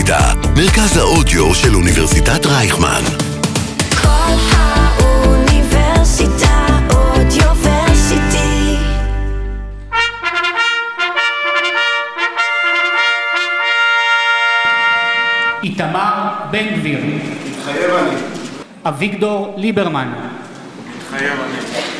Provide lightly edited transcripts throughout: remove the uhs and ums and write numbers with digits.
אוניברסיטה, מרכז האודיו של אוניברסיטת רייכמן. כל האוניברסיטה אודיוורסיטי. איתמר בן גביר. מתחייב אני. אביגדור ליברמן. מתחייב אני.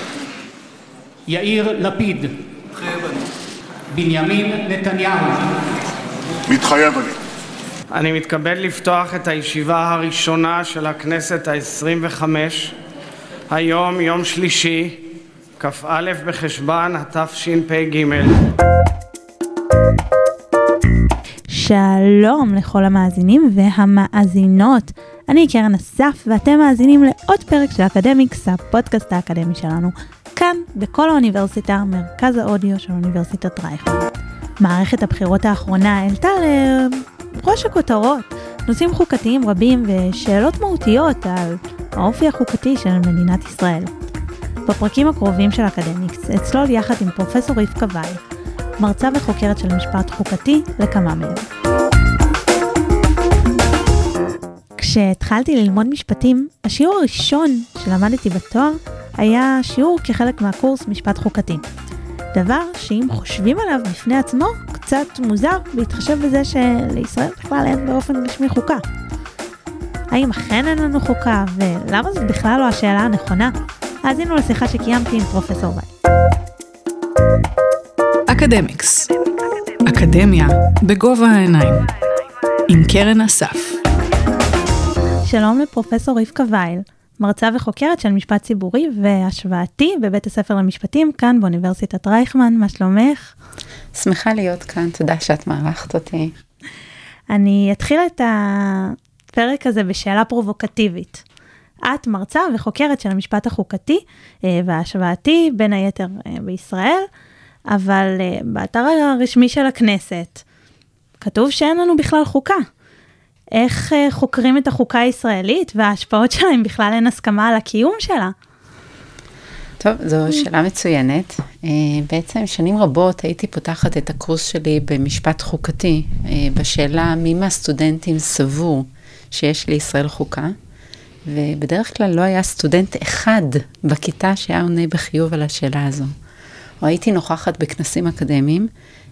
יאיר לפיד. מתחייב אני. בנימין נתניהו. מתחייב אני. אני מתכבד לפתוח את הישיבה הראשונה של הכנסת ה-25, היום יום שלישי, כ"א בחשבן התשפ"ג. שלום לכל המאזינים והמאזינות, אני קרן אסף ואתם מאזינים לעוד פרק של אקדמיקס, הפודקאסט האקדמי שלנו, כאן בכל האוניברסיטה, מרכז האודיו של אוניברסיטת רייכמן. מערכת הבחירות האחרונה העלתה לראש הכותרות נושאים חוקתיים רבים ושאלות מהותיות על האופי החוקתי של מדינת ישראל. בפרקים הקרובים של אקדמיקס אצלול יחד עם פרופסור רבקה וייל, מרצה וחוקרת של משפט חוקתי, לכמה מהם. כשהתחלתי ללמוד משפטים, השיעור הראשון שלמדתי בתואר היה שיעור כחלק מהקורס משפט חוקתי. דבר שאם חושבים עליו בפני עצמו, קצת מוזר בהתחשב בזה שלישראל בכלל אין באופן רשמי חוקה. האם אכן אין לנו חוקה, ולמה זאת בכלל לא השאלה הנכונה? האזינו לשיחה שקיימתי עם פרופסור וייל. אקדמיקס, אקדמיה בגובה העיניים, עם קרן אסף. שלום לפרופסור רבקה וייל, מרצה וחוקרת של משפט ציבורי והשוואתי בבית הספר למשפטים כאן באוניברסיטת רייכמן. מה שלומך? שמחה להיות כאן, תודה שאת מארחת אותי. אני אתחיל את הפרק הזה בשאלה פרובוקטיבית. את מרצה וחוקרת של המשפט החוקתי והשוואתי בין היתר בישראל, אבל באתר הרשמי של הכנסת כתוב שאין לנו בכלל חוקה. איך חוקרים את החוקה הישראלית וההשפעות שלה אם בכלל אין הסכמה על הקיום שלה? טוב, זו שאלה מצוינת. בעצם שנים רבות הייתי פותחת את הקורס שלי במשפט חוקתי, בשאלה מי מהסטודנטים סבור שיש לישראל חוקה, ובדרך כלל לא היה סטודנט אחד בכיתה שהיה עונה בחיוב על השאלה הזו. או הייתי נוכחת בכנסים אקדמיים,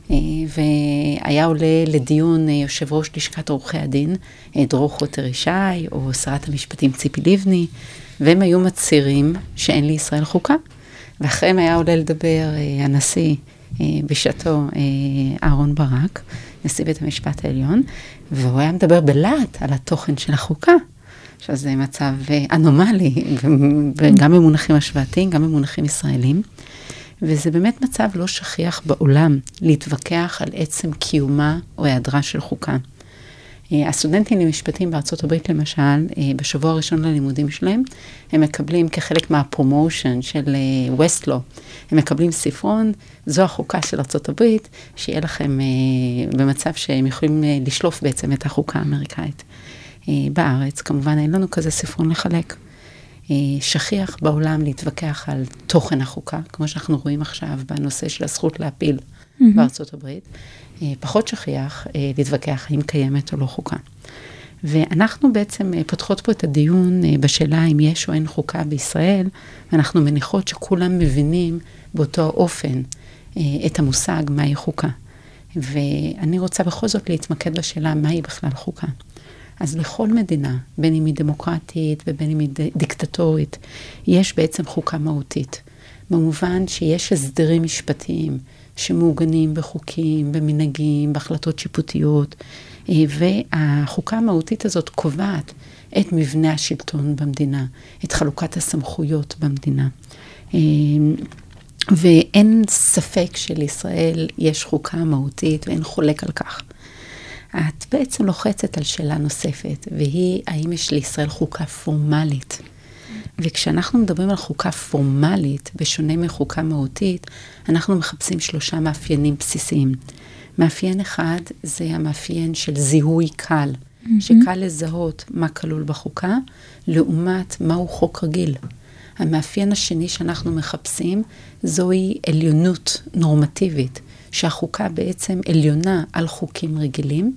והיה עולה לדיון יושב ראש לשכת עורכי הדין, דרור חוטר ישי, או שרת המשפטים ציפי לבני, והם היו מצהירים שאין לישראל חוקה. ואחריהם היה עולה לדבר הנשיא בשעתו אהרון ברק, נשיא בית המשפט העליון, והוא היה מדבר בלהט על התוכן של החוקה. שזה מצב אנומלי, וגם במונחים השוואתיים, גם במונחים ישראלים. וזה באמת מצב לא שכיח בעולם להתווכח על עצם קיומה או היעדרה של חוקה. הסטודנטים למשפטים בארצות הברית למשל, בשבוע הראשון ללימודים שלהם, הם מקבלים כחלק מהפרומושן של ווסטלו, הם מקבלים ספרון, זו החוקה של ארצות הברית, שיהיה לכם במצב שהם יכולים לשלוף בעצם את החוקה האמריקאית. בארץ, כמובן אין לנו כזה ספרון לחלק. שכיח בעולם להתווכח על תוכן החוקה, כמו שאנחנו רואים עכשיו בנושא של הזכות להפיל בארצות הברית. פחות שכיח להתווכח האם קיימת או לא חוקה. ואנחנו בעצם פותחות פה את הדיון בשאלה אם יש או אין חוקה בישראל, ואנחנו מניחות שכולם מבינים באותו אופן את המושג מהי חוקה. ואני רוצה בכל זאת להתמקד בשאלה מהי בכלל חוקה. אז לכל מדינה, בין אם היא דמוקרטית ובין אם היא דיקטטורית, יש בעצם חוקה מהותית. במובן שיש הסדרים משפטיים שמעוגנים בחוקים, במנהגים, בהחלטות שיפוטיות, והחוקה המהותית הזאת קובעת את מבנה השלטון במדינה, את חלוקת הסמכויות במדינה. ואין ספק שלישראל יש חוקה מהותית ואין חולק על כך. את בעצם לוחצת על שאלה נוספת, והיא האם יש לישראל חוקה פורמלית. וכשאנחנו מדברים על חוקה פורמלית, בשונה מחוקה מהותית, אנחנו מחפשים 3 מאפיינים בסיסיים. מאפיין אחד זה המאפיין של זיהוי קל, שקל לזהות מה כלול בחוקה, לעומת מהו חוק רגיל. המאפיין השני שאנחנו מחפשים, זוהי עליונות נורמטיבית, שהחוקה בעצם עליונה על חוקים רגילים,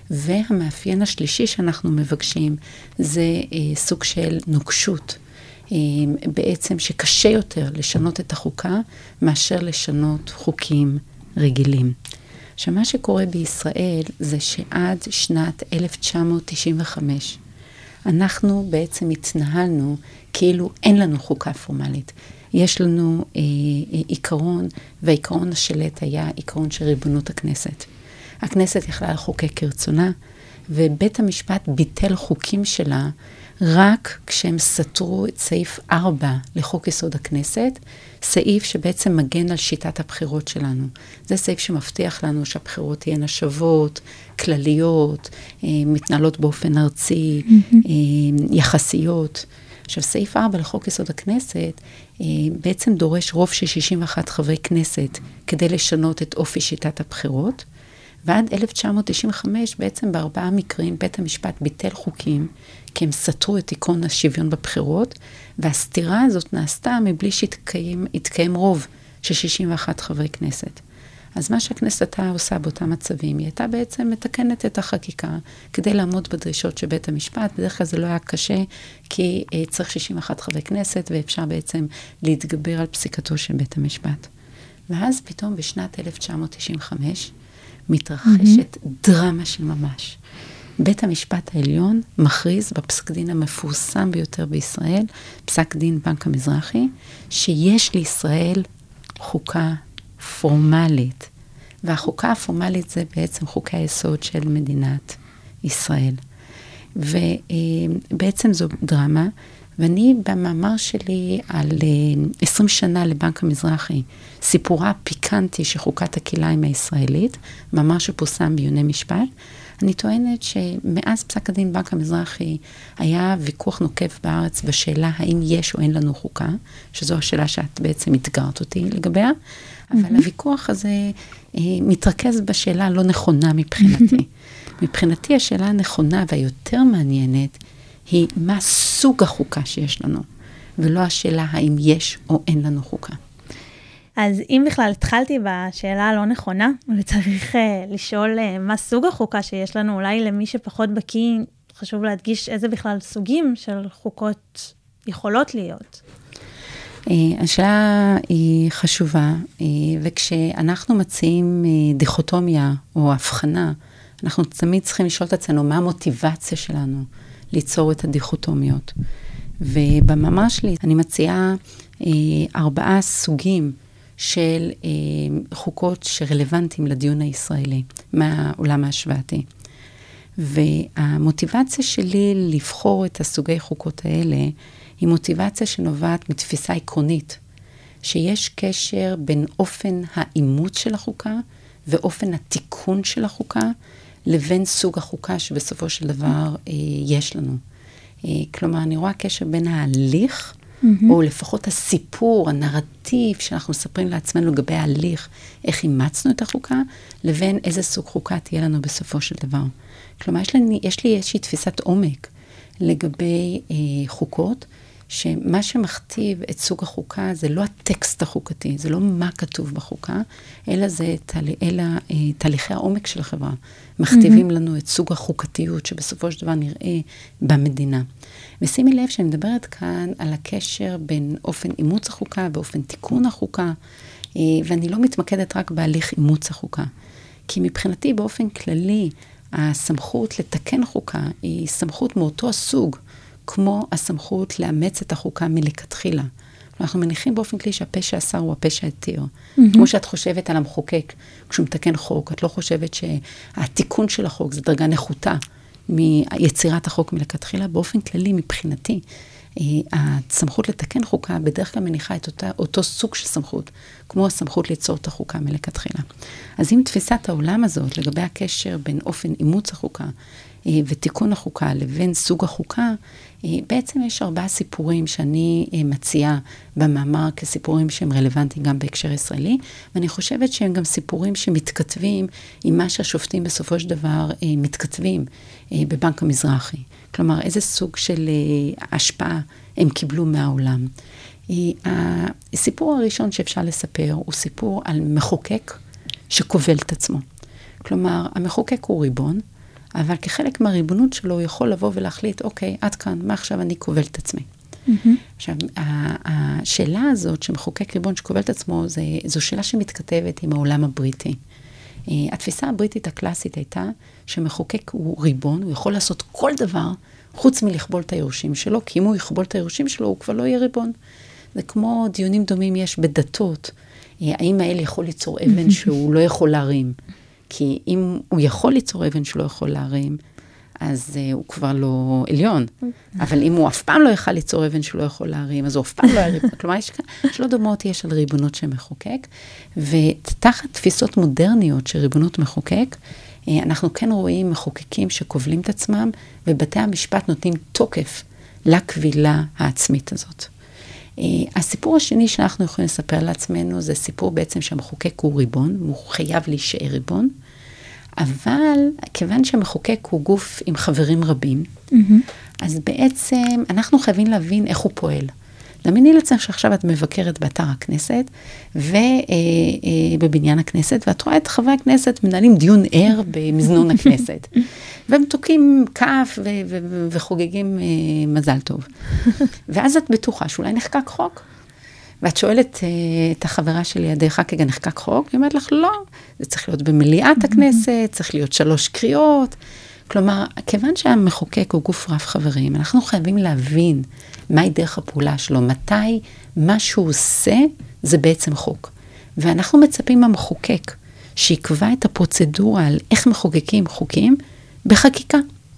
והמאפיין השלישי שאנחנו מבקשים זה סוג של נוקשות, בעצם שקשה יותר לשנות את החוקה מאשר לשנות חוקים רגילים. עכשיו, מה שקורה בישראל זה שעד שנת 1995, אנחנו בעצם התנהלנו כאילו אין לנו חוקה פורמלית. יש לנו עיקרון, והעיקרון השלט היה עיקרון של ריבונות הכנסת. הכנסת יכלה לחוקק כרצונה, ובית המשפט ביטל חוקים שלה רק כשהם סתרו את סעיף 4 לחוק יסוד הכנסת, סעיף שבעצם מגן על שיטת הבחירות שלנו. זה סעיף שמבטיח לנו שהבחירות תהיינה שוות, כלליות, מתנהלות באופן ארצי, יחסיות. עכשיו, סעיף 4 לחוק יסוד הכנסת בעצם דורש רוב של 61 חברי כנסת כדי לשנות את אופי שיטת הבחירות, ועד 1995 בעצם בארבעה מקרים בית המשפט ביטל חוקים, כי הם סתרו את עקרון השוויון בבחירות, והסתירה הזאת נעשתה מבלי שהתקיים רוב של 61 חברי כנסת. אז מה שהכנסת הייתה עושה באותם מצבים, היא הייתה בעצם מתקנת את החקיקה כדי לעמוד בדרישות של בית המשפט. בדרך כלל זה לא היה קשה, כי צריך 61 חברי כנסת, ואפשר בעצם להתגבר על פסיקתו של בית המשפט. ואז פתאום בשנת 1995 מתרחשת דרמה של ממש. בית המשפט העליון מכריז בפסק דין המפורסם ביותר בישראל, פסק דין בנק המזרחי, שיש לישראל חוקה פורמלית. והחוקה הפורמלית זה בעצם חוקי היסוד של מדינת ישראל. ובעצם זו דרמה, ואני במאמר שלי על 20 שנה לבנק המזרחי, סיפורה פיקנטי שחוקת הכלאיים הישראלית, מאמר שפורסם בעיוני משפט, אני טוענת שמאז פסק הדין בנק המזרחי היה ויכוח נוקב בארץ בשאלה האם יש או אין לנו חוקה, שזו השאלה שאת בעצם התגרת אותי לגביה, אבל הוויכוח הזה מתרכז בשאלה הלא נכונה מבחינתי. מבחינתי השאלה הנכונה והיותר מעניינת היא מה סוג החוקה שיש לנו, ולא השאלה האם יש או אין לנו חוקה. אז אם בכלל התחלתי בשאלה הלא נכונה, וצריך לשאול מה סוג החוקה שיש לנו, אולי למי שפחות בקיא, חשוב להדגיש איזה בכלל סוגים של חוקות יכולות להיות. השאלה היא חשובה, וכשאנחנו מציעים דיכוטומיה או הבחנה, אנחנו תמיד צריכים לשאול את עצמנו מה המוטיבציה שלנו ליצור את הדיכוטומיות. ובמאמר שלי אני מציעה 4 סוגים של חוקות שרלוונטיים לדיון הישראלי, מהעולם ההשוואתי. והמוטיבציה שלי לבחור את הסוגי חוקות האלה, היא מוטיבציה שנובעת מתפיסה עקרונית, שיש קשר בין אופן האימוץ של החוקה, ואופן התיקון של החוקה, לבין סוג החוקה שבסופו של דבר יש לנו. כלומר, אני רואה קשר בין ההליך, או לפחות הסיפור, הנרטיב שאנחנו מספרים לעצמנו לגבי ההליך, איך אימצנו את החוקה, לבין איזה סוג חוקה תהיה לנו בסופו של דבר. כלומר, יש לי איזושהי תפיסת עומק לגבי חוקות, שמה שמכתיב את סוג החוקה זה לא הטקסט החוקתי, זה לא מה כתוב בחוקה, אלא זה תהליכי העומק של החברה. מכתיבים לנו את סוג החוקתיות שבסופו של דבר נראה במדינה. ושימי לב שאני מדברת כאן על הקשר בין אופן אימוץ החוקה ואופן תיקון החוקה, ואני לא מתמקדת רק בהליך אימוץ החוקה. כי מבחינתי באופן כללי, הסמכות לתקן חוקה היא סמכות מאותו הסוג, כמו הסמכות לאמץ את החוקה מלכתחילה. אנחנו מניחים באופן כלי שהפה שאסר הוא הפה שהתיר. כמו שאת חושבת על המחוקק, כשהוא מתקן חוק, את לא חושבת שהתיקון של החוק זה דרגה נחותה מיצירת החוק מלכתחילה. באופן כללי, מבחינתי, הסמכות לתקן חוקה בדרך כלל מניחה את אותו סוג של סמכות, כמו הסמכות ליצור את החוקה מלכתחילה. אז אם תפיסת העולם הזאת, לגבי הקשר בין אופן אימוץ החוקה, ותיקון החוקה לבין סוג החוקה, בעצם יש 4 סיפורים שאני מציעה במאמר כסיפורים שהם רלוונטיים גם בהקשר ישראלי, ואני חושבת שהם גם סיפורים שמתכתבים עם מה שהשופטים בסופו של דבר מתכתבים בבנק המזרחי. כלומר, איזה סוג של השפעה הם קיבלו מהעולם. הסיפור הראשון שאפשר לספר הוא סיפור על מחוקק שכובל את עצמו. כלומר, המחוקק הוא ריבון, אבל כחלק מהריבונות שלו, הוא יכול לבוא ולהחליט, אוקיי, עד כאן, מה עכשיו אני כובל את עצמי? עכשיו, השאלה הזאת שמחוקק ריבון שכובל את עצמו, זו שאלה שמתכתבת עם העולם הבריטי. התפיסה הבריטית הקלאסית הייתה שמחוקק הוא ריבון, הוא יכול לעשות כל דבר חוץ מלכבול את היורשים שלו, כי אם הוא יכבול את היורשים שלו, הוא כבר לא יהיה ריבון. זה כמו דיונים דומים יש בדתות. האם האל יכול ליצור אבן שהוא לא יכול להרים? כי אם הוא יכול ליצור אבן שהוא לא יכול להרים, אז הוא כבר לא עליון. אבל אם הוא אף פעם לא יכל ליצור אבן שהוא לא יכול להרים, אז הוא אף פעם לא היה ריבון. כלומר, יש לא דומות יש על ריבונות שמחוקק, ותחת תפיסות מודרניות של ריבונות מחוקק, אנחנו כן רואים מחוקקים שכובלים את עצמם, ובתי המשפט נותנים תוקף לקבילה העצמית הזאת. הסיפור השני שאנחנו יכולים לספר לעצמנו, זה סיפור בעצם שהמחוקק הוא ריבון, הוא חייב להישאר ריבון, אבל כיוון שהמחוקק הוא גוף עם חברים רבים, אז בעצם אנחנו חייבים להבין איך הוא פועל. דמייני לעצמך שעכשיו את מבקרת באתר הכנסת, ובבניין הכנסת, ואת רואה את חברי הכנסת מנהלים דיון ער במזנון הכנסת. והם תוקעים כף וחוגגים מזל טוב. ואז את בטוחה שאולי נחקק חוק. ואת שואלת את החברה שלידך, כגן נחקק חוק, היא אומרת לך, לא, זה צריך להיות במליאת הכנסת, צריך להיות 3 קריאות. כלומר, כיוון שהמחוקק הוא גוף רב חברים, אנחנו חייבים להבין מהי דרך הפעולה שלו, מתי מה שהוא עושה זה בעצם חוק. ואנחנו מצפים מהמחוקק שיקבע את הפרוצדורה על איך מחוקקים חוקים בחקיקה.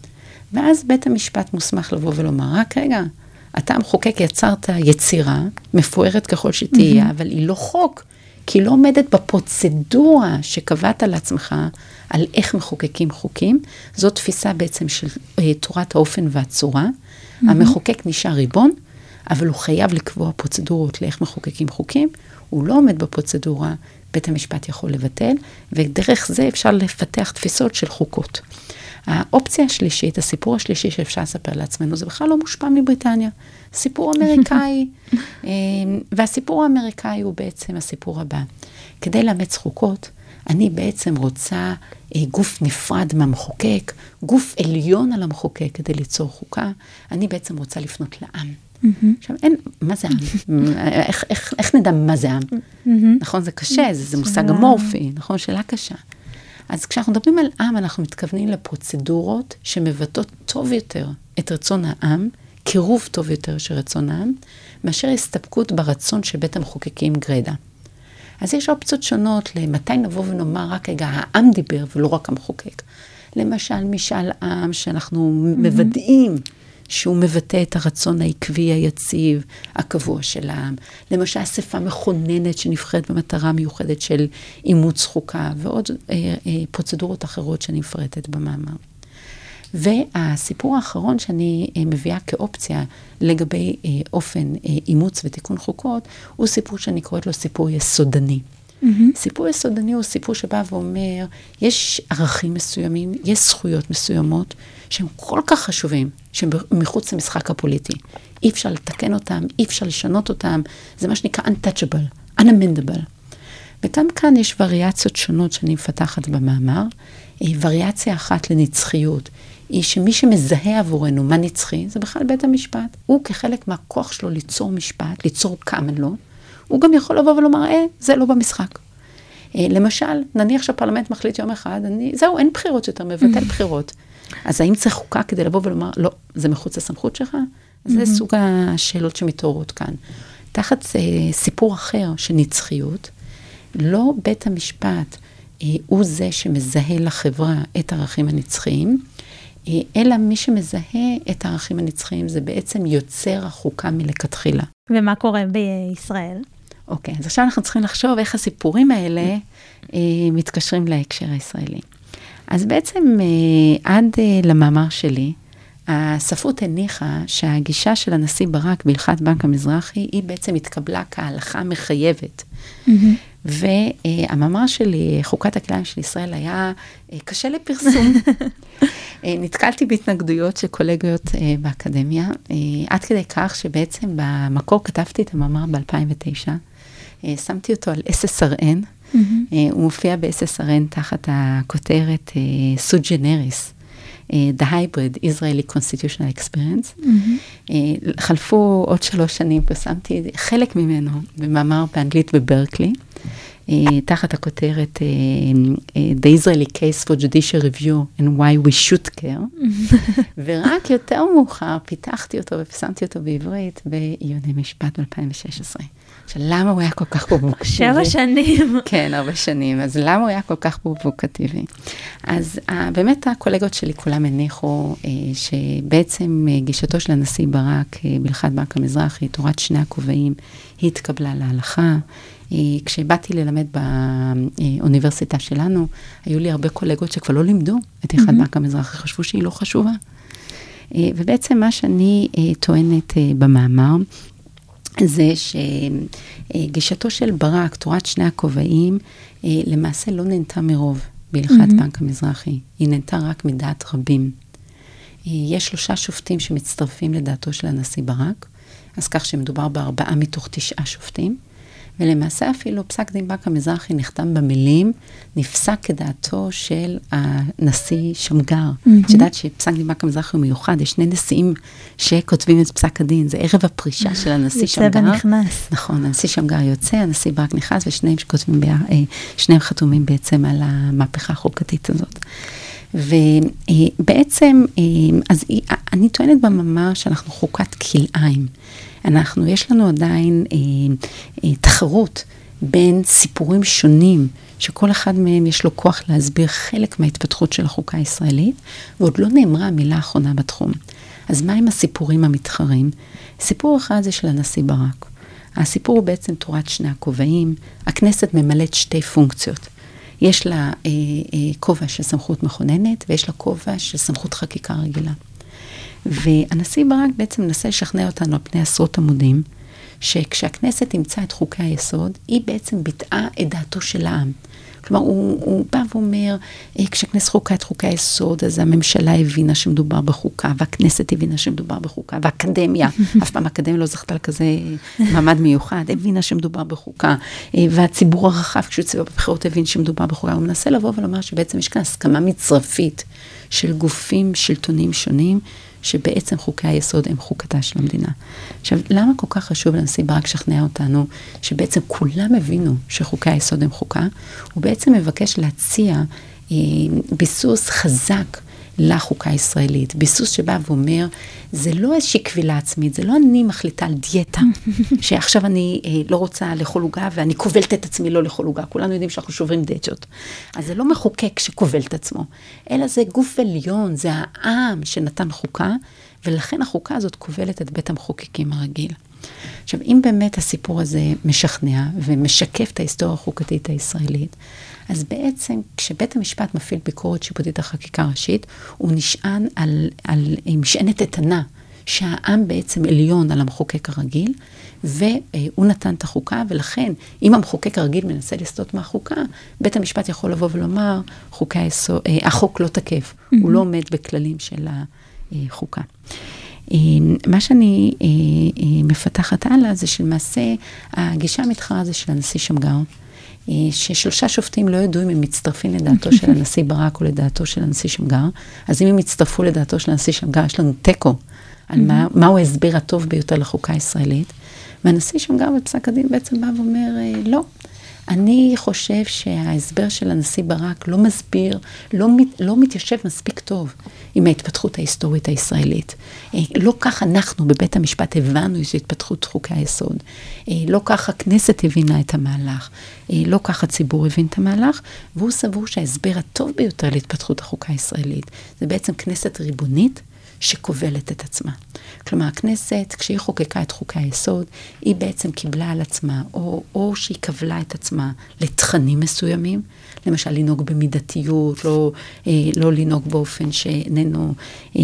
ואז בית המשפט מוסמך לבוא ולומר, רק רגע, אתה המחוקק יצרת יצירה, מפוארת ככל שתהיה, אבל היא לא חוק, כי היא לא עומדת בפרוצדורה שקבעת על עצמך, על איך מחוקקים חוקים. זו תפיסה בעצם של תורת האופן והצורה. המחוקק נשאר ריבון, אבל הוא חייב לקבוע פרוצדורות לאיך מחוקקים חוקים. הוא לא עומד בפרוצדורה, בית המשפט יכול לבטל, ודרך זה אפשר לפתח תפיסות של חוקות. האופציה השלישית, הסיפור השלישי שאפשר לספר לעצמנו, זה בכלל לא מושפע מבריטניה. סיפור אמריקאי, והסיפור האמריקאי הוא בעצם הסיפור הבא. כדי לאמץ חוקות, אני בעצם רוצה גוף נפרד מהמחוקק, גוף עליון על המחוקק כדי ליצור חוקה, אני בעצם רוצה לפנות לעם. עכשיו, מה זה עם? איך נדע מה זה עם? נכון, זה קשה, זה מושג אמורפי, נכון, שאלה קשה. אז כשאנחנו מדברים על עם, אנחנו מתכוונים לפרוצדורות שמבטאות טוב יותר את רצון העם, קירוב טוב יותר של רצון העם, מאשר הסתפקות ברצון של בית המחוקקים גרידא. אז יש אופציות שונות למתי נבוא ונאמר רק רגע, העם דיבר ולא רק המחוקק. למשל, משאל עם שאנחנו מוודאים שהוא מבטא את הרצון העקבי, היציב, הקבוע של העם. למשל, אספה מכוננת שנבחרת במטרה מיוחדת של אימוץ חוקה, ועוד פרוצדורות אחרות שאני מפרטת במאמר. והסיפור האחרון שאני מביאה כאופציה לגבי אופן אימוץ ותיקון חוקות, הוא סיפור שאני קוראת לו סיפור יסודני. סיפור יסודני הוא סיפור שבא ואומר, יש ערכים מסוימים, יש זכויות מסוימות, שהם כל כך חשובים, שהם מחוץ למשחק הפוליטי. אי אפשר לתקן אותם, אי אפשר לשנות אותם, זה מה שנקרא untouchable, unamendable. וגם כאן יש וריאציות שונות שאני מפתחת במאמר. וריאציה אחת לנצחיות, היא שמי שמזהה עבורנו מה נצחי, זה בכלל בית המשפט. הוא כחלק מהכוח שלו ליצור משפט, ליצור common law, הוא גם יכול לבוא ולומר, זה לא במשחק. למשל, נניח שהפרלמנט מחליט יום אחד, זהו, אין בחירות יותר, מבטל בחירות. אז האם צריך חוקה כדי לבוא ולומר, לא, זה מחוץ לסמכות שלך? זה סוג השאלות שמתעוררות כאן. תחת סיפור אחר של נצחיות, לא בית המשפט הוא זה שמזהה לחברה את הערכים הנצחיים, אלא מי שמזהה את הערכים הנצחיים, זה בעצם יוצר החוקה מלכתחילה. ומה קורה בישראל? אוקיי, אז עכשיו אנחנו צריכים לחשוב איך הסיפורים האלה מתקשרים להקשר הישראלי. אז בעצם עד למאמר שלי, הספרות הניחה שהגישה של הנשיא ברק בהלכת בנק המזרחי, היא בעצם התקבלה כהלכה מחייבת. והמאמר שלי, חוקת הכליים של ישראל, היה קשה לפרסום. נתקלתי בהתנגדויות של קולגיות באקדמיה, עד כדי כך שבעצם במקור כתבתי את המאמר ב-2009, שמתי אותו על SSRN, הוא מופיע ב-SSRN תחת הכותרת סוד ג'נריס, The Hybrid Israeli Constitutional Experience. חלפו עוד 3 שנים, פרסמתי חלק ממנו במאמר באנגלית בברקלי, תחת הכותרת The Israeli Case for Judicial Review and Why We Should Care, ורק יותר מאוחר פיתחתי אותו ופרסמתי אותו בעברית בעיוני משפט ב-2016. עכשיו, למה הוא היה כל כך פרובוקטיבי? 7 שנים. כן, 4 שנים. אז למה הוא היה כל כך פרובוקטיבי? אז באמת הקולגות שלי כולם הניחו שבעצם גישתו של הנשיא ברק בהלכת בנק המזרחי, תורת שני הכובעים, היא התקבלה להלכה. כשבאתי ללמד באוניברסיטה שלנו, היו לי הרבה קולגות שכבר לא לימדו את הלכת בנק המזרחי, חשבו שהיא לא חשובה. ובעצם מה שאני טוענת במאמר, זה שגישתו של ברק, תורת שני הכובעים, למעשה לא נהנתה מרוב בהלכת בנק המזרחי. היא נהנתה רק מדעת רבים. יש 3 שופטים שמצטרפים לדעתו של הנשיא ברק, אז כך שמדובר ב4 מתוך 9 שופטים, ולמעשה אפילו פסק דין בנק המזרחי נחתם במילים, נפסק כדעתו של הנשיא שמגר. שדעת שפסק דין בנק המזרחי הוא מיוחד, יש 2 נשיאים שכותבים את פסק הדין, זה ערב הפרישה של הנשיא שמגר. יוצא ונכנס. נכון, הנשיא שמגר יוצא, הנשיא ברק נכנס, ושניהם שכותבים, שניהם חתומים בעצם על המהפכה החוקתית הזאת. ובעצם, אז אני טוענת במאמר שאנחנו חוקת כלאיים. יש לנו עדיין תחרות בין סיפורים שונים, שכל אחד מהם יש לו כוח להסביר חלק מההתפתחות של החוקה הישראלית, ועוד לא נאמרה המילה האחרונה בתחום. אז מה עם הסיפורים המתחרים? סיפור אחד זה של הנשיא ברק. הסיפור הוא בעצם תורת שני הכובעים. הכנסת ממלאת 2 פונקציות. יש לה כובע של סמכות מכוננת, ויש לה כובע של סמכות חקיקה רגילה. והנשיא ברק בעצם מנסה לשכנע אותנו על פני עשרות עמודים, שכשהכנסת תמצא את חוקי היסוד, היא בעצם ביטאה את דעתו של העם. כלומר, הוא בא ואומר, כשהכנסת חוקה את חוקי היסוד, אז הממשלה הבינה שמדובר בחוקה, והכנסת הבינה שמדובר בחוקה, והאקדמיה, אף פעם האקדמיה לא זכתה לכזה מעמד מיוחד, הבינה שמדובר בחוקה, והציבור הרחב, כשהוא יוצא בבחירות, הבין שמדובר בחוקה. הוא מנסה לבוא ולומר שבעצם יש כאן הסכמה מצרפית של גופים שלטוניים שונים, שבעצם חוקי היסוד הם חוקתה של המדינה. עכשיו, למה כל כך חשוב לנשיא ברק לשכנע אותנו, שבעצם כולם הבינו שחוקי היסוד הם חוקה? הוא בעצם מבקש להציע ביסוס חזק לחוקה הישראלית, ביסוס שבא ואומר, זה לא איזושהי קבילה עצמית, זה לא אני מחליטה על דיאטה, שעכשיו אני לא רוצה לאכול עוגה, ואני כובלת את עצמי לא לאכול עוגה, כולנו יודעים שאנחנו שוברים דיאטות. אז זה לא מחוקק שכובל את עצמו, אלא זה גוף עליון, זה העם שנתן חוקה, ולכן החוקה הזאת כובלת את בית המחוקקים הרגיל. עכשיו, אם באמת הסיפור הזה משכנע ומשקף את ההיסטוריה החוקתית הישראלית, אז בעצם כשבית המשפט מפעיל ביקורת שיפוטית על חקיקה ראשית, הוא נשען על משענת איתנה, שהעם בעצם עליון על המחוקק הרגיל, והוא נתן את החוקה, ולכן אם המחוקק הרגיל מנסה לסטות מהחוקה, בית המשפט יכול לבוא ולומר, החוק לא תקף, הוא לא עומד בכללים של החוקה. מה שאני מפתחת הלאה זה שלמעשה הגישה המתחרה זה של הנשיא שמגר, ש3 שופטים לא ידעו אם הם מצטרפים לדעתו של הנשיא ברק או לדעתו של הנשיא שמגר, אז אם הם מצטרפו לדעתו של הנשיא שמגר, יש לנו טקו על מהו ההסבר הטוב ביותר לחוקה הישראלית, והנשיא שמגר בפסק הדין בעצם בא ואומר, לא. אני חושב שההסבר של הנשיא ברק לא מסביר, לא מתיישב מספיק טוב עם ההתפתחות ההיסטורית הישראלית. לא כך אנחנו בבית המשפט הבנו איזו התפתחות חוקי היסוד. לא כך הכנסת הבינה את המהלך. לא כך הציבור הבין את המהלך, והוא סבור שההסבר הטוב ביותר להתפתחות החוקה הישראלית, זה בעצם כנסת ריבונית, שכובלת את עצמה. כלומר, הכנסת, כשהיא חוקקה את חוקי היסוד, היא בעצם קיבלה על עצמה, או שהיא קבלה את עצמה לתכנים מסוימים, למשל לנהוג במידתיות, לא לנהוג באופן שאיננו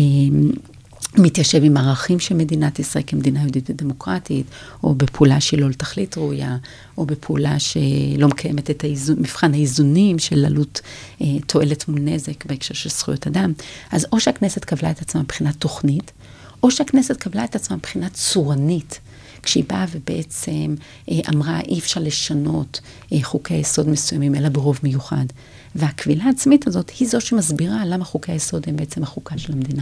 מתיישב עם ערכים של מדינת ישראל כמדינה יהודית ודמוקרטית, או בפעולה שהיא לא לתכלית ראויה, או בפעולה שלא מקיימת את מבחן האיזונים של עלות תועלת מול נזק בהקשר של זכויות אדם. אז או שהכנסת קבלה את עצמה מבחינת תוכנית, או שהכנסת קבלה את עצמה מבחינת צורנית. כשהיא באה ובעצם אמרה, אי אפשר לשנות חוקי יסוד מסוימים, אלא ברוב מיוחד. והקבילה העצמית הזאת היא זו שמסבירה למה חוקי היסוד הם בעצם החוקה של המדינה.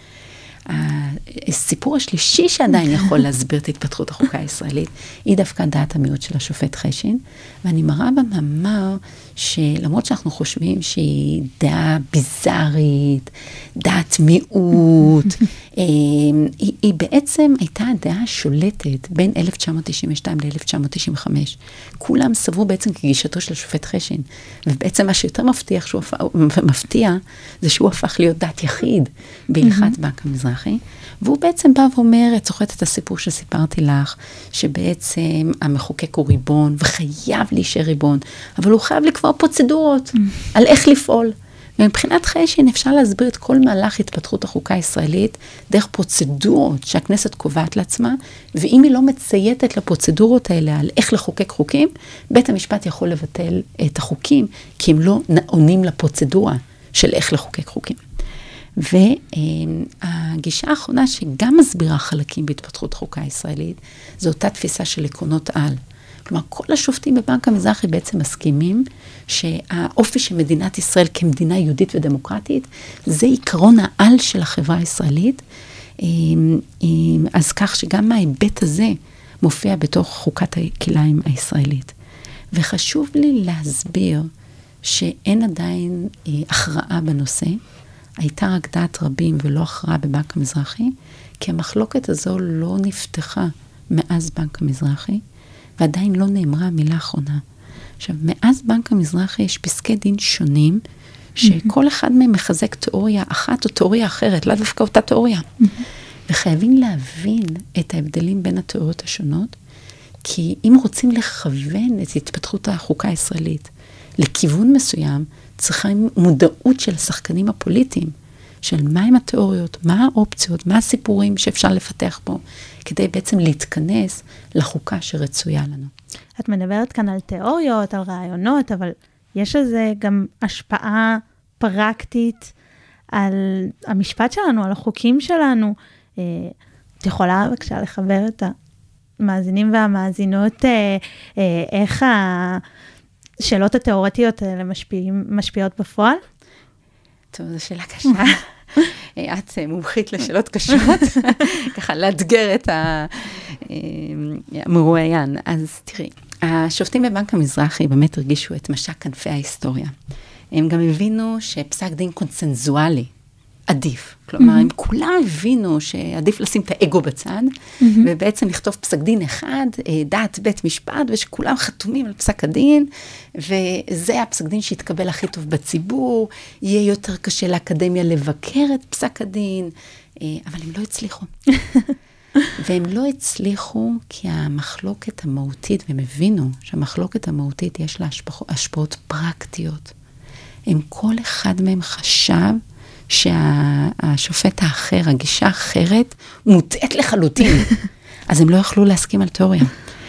הסיפור השלישי שעדיין יכול להסביר את התפתחות החוקה הישראלית, היא דווקא דעת המיעוט של השופט חשין, ואני מראה במאמר שלמרות שאנחנו חושבים שהיא דעה ביזארית, דעת מיעוט, היא בעצם הייתה דעה שולטת בין 1992 ל-1995. כולם סברו בעצם כגישתו של השופט חשין, ובעצם מה שיותר מפתיע זה שהוא הפך להיות דעת יחיד בהלכת בנק המזרחי, והוא בעצם בא ואומר, את זוכרת את הסיפור שסיפרתי לך, שבעצם המחוקק הוא ריבון, וחייב להישאר ריבון, אבל הוא חייב לקבוע פרוצדורות על איך לפעול. ומבחינת חשין אפשר להסביר את כל מהלך התפתחות החוקה הישראלית, דרך פרוצדורות שהכנסת קובעת לעצמה, ואם היא לא מצייתת לפרוצדורות האלה על איך לחוקק חוקים, בית המשפט יכול לבטל את החוקים, כי הם לא עונים לפרוצדורה של איך לחוקק חוקים. והגישה האחרונה שגם מסבירה חלקים בהתפתחות חוקה הישראלית, זו אותה תפיסה של עקרונות על. כלומר, כל השופטים בבנק המזרחי בעצם מסכימים שהאופי של מדינת ישראל כמדינה יהודית ודמוקרטית, זה עיקרון העל של החברה הישראלית, אז כך שגם ההיבט הזה מופיע בתוך חוקת הכלאיים הישראלית. וחשוב לי להסביר שאין עדיין הכרעה בנושא, הייתה רק דעת רבים ולא הכרעה בבנק המזרחי, כי המחלוקת הזו לא נפתחה מאז בנק המזרחי, ועדיין לא נאמרה המילה האחרונה. עכשיו, מאז בנק המזרחי יש פסקי דין שונים, שכל אחד מהם מחזק תיאוריה אחת או תיאוריה אחרת, לא דווקא אותה תיאוריה. וחייבים להבין את ההבדלים בין התיאוריות השונות, כי אם רוצים לכוון את התפתחות החוקה הישראלית לכיוון מסוים, צריכים מודעות של השחקנים הפוליטיים, של מהם התיאוריות, מה האופציות, מה הסיפורים שאפשר לפתח פה, כדי בעצם להתכנס לחוקה שרצויה לנו. את מדברת כאן על תיאוריות, על רעיונות, אבל יש לזה גם השפעה פרקטית על המשפט שלנו, על החוקים שלנו. את יכולה בבקשה לחבר את המאזינים והמאזינות, איך השאלות התיאורטיות האלה משפיעות בפועל? טוב, זו שאלה קשה. את מומחית לשאלות קשות, ככה לאתגר את המרואיין. אז תראי, השופטים בבנק המזרחי באמת הרגישו את משק כנפי ההיסטוריה. הם גם הבינו שפסק דין קונסנזואלי עדיף. כלומר, הם כולם הבינו שעדיף לשים את האגו בצד, ובעצם לכתוב פסק דין אחד, דעת בית משפט, ושכולם חתומים על פסק הדין, וזה הפסק דין שהתקבל הכי טוב בציבור, יהיה יותר קשה לאקדמיה לבקר את פסק הדין, אבל הם לא הצליחו. והם לא הצליחו כי המחלוקת המהותית, והם הבינו שהמחלוקת המהותית יש לה השפעות פרקטיות. הם כל אחד מהם חשב שהשופט האחר, הגישה האחרת, מוטעת לחלוטין. אז הם לא יכלו להסכים על תיאוריה.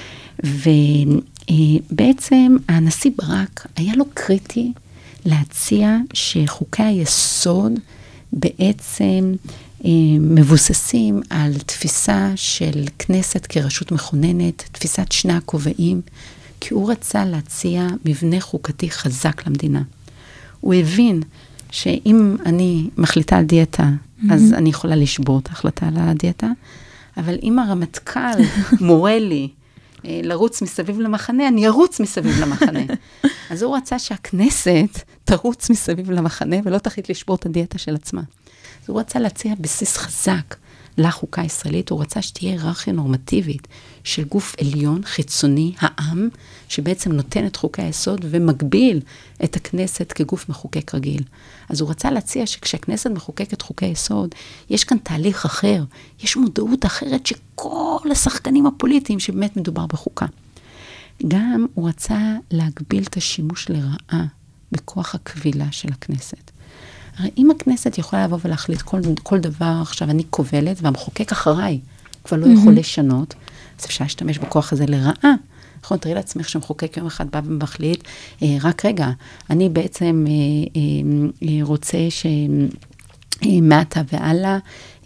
ובעצם הנשיא ברק היה לו קריטי להציע שחוקי היסוד בעצם מבוססים על תפיסה של כנסת כרשות מכוננת, תפיסת שני הכובעים, כי הוא רצה להציע מבנה חוקתי חזק למדינה. הוא הבין שאם אני מחליטה על דיאטה, אז אני יכולה לשבור את ההחלטה על הדיאטה, אבל אם הרמטכ"ל מורה לי לרוץ מסביב למחנה, אני ארוץ מסביב למחנה. אז הוא רצה שהכנסת תרוץ מסביב למחנה, ולא תחליט לשבור את הדיאטה של עצמה. אז הוא רצה להציע בסיס חזק לחוקה הישראלית, הוא רצה שתהיה היררכיה נורמטיבית של גוף עליון, חיצוני, העם, שבעצם נותן את חוקי היסוד ומגביל את הכנסת כגוף מחוקק רגיל. אז הוא רצה להציע שכשהכנסת מחוקקת חוקי יסוד, יש כאן תהליך אחר, יש מודעות אחרת שכל השחקנים הפוליטיים שבאמת מדובר בחוקה. גם הוא רצה להגביל את השימוש לרעה בכוח הקבילה של הכנסת. הרי אם הכנסת יכולה לבוא ולהחליט כל דבר, עכשיו אני כובלת, והמחוקק אחריי כבר לא יכול לשנות, אז אפשר להשתמש בכוח הזה לרעה. נכון, תראי לעצמך שמחוקק יום אחד בא ומחליט, רק רגע, אני בעצם רוצה מעתה והלאה,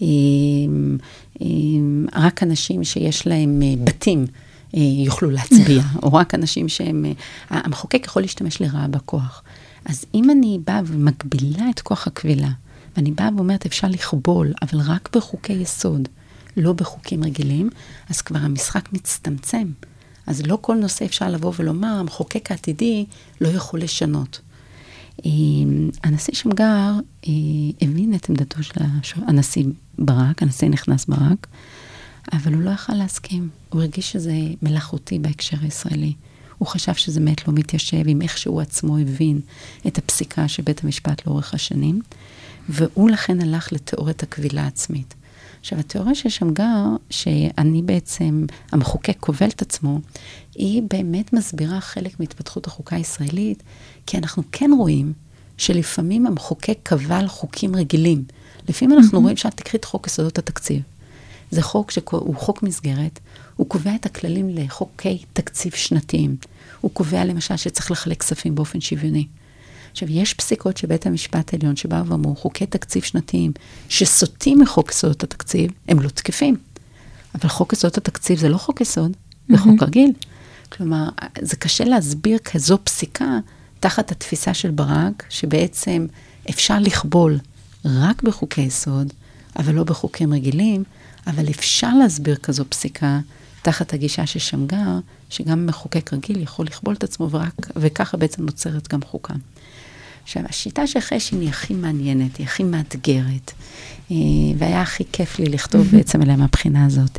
רק אנשים שיש להם בתים יוכלו להצביע, או רק אנשים שהם, המחוקק יכול להשתמש לרעה בכוח. אז אם אני באה ומגבילה את כוח הקבילה, ואני באה ואומרת אפשר לכבול, אבל רק בחוקי יסוד, לא בחוקים רגילים, אז כבר המשחק מצטמצם. אז לא כל נושא אפשר לבוא ולומר, המחוקק העתידי לא יכול לשנות. הנשיא שמגר הבין את עמדתו של הנשיא ברק, הנשיא נכנס ברק, אבל הוא לא יכל להסכים. הוא הרגיש שזה מלאכותי בהקשר הישראלי. הוא חשב שזה באמת לא מתיישב עם איך שהוא עצמו הבין את הפסיקה של בית המשפט לאורך השנים, והוא לכן הלך לתיאוריית הקבילה העצמית. עכשיו, התיאוריה של שמגר, שאני בעצם, המחוקק כובל את עצמו, היא באמת מסבירה חלק מהתפתחות החוקה הישראלית, כי אנחנו כן רואים שלפעמים המחוקק קבל חוקים רגילים. לפעמים אנחנו רואים שאת תקחי את חוק יסודות התקציב. זה חוק שהוא חוק מסגרת, הוא קובע את הכללים לחוקי תקציב שנתיים. הוא קובע למשל שצריך לחלק כספים באופן שוויוני. עכשיו, יש פסיקות שבית המשפט העליון שבאו ואמרו, חוקי תקציב שנתיים שסוטים מחוק יסודות התקציב, הם לא תקפים. אבל חוק יסודות התקציב זה לא חוק יסוד, זה חוק רגיל. כלומר, זה קשה להסביר כזו פסיקה תחת התפיסה של ברק, שבעצם אפשר לכבול רק בחוקי יסוד, אבל לא בחוקים רגילים, אבל אפשר להסביר כזו פסיקה תחת הגישה של שמגר, שגם מחוקק רגיל יכול לכבול את עצמו, וככה בעצם נוצרת גם חוקה. עכשיו, השיטה של חשין היא הכי מעניינת, היא הכי מאתגרת, והיה הכי כיף לי לכתוב בעצם עליה מהבחינה הזאת.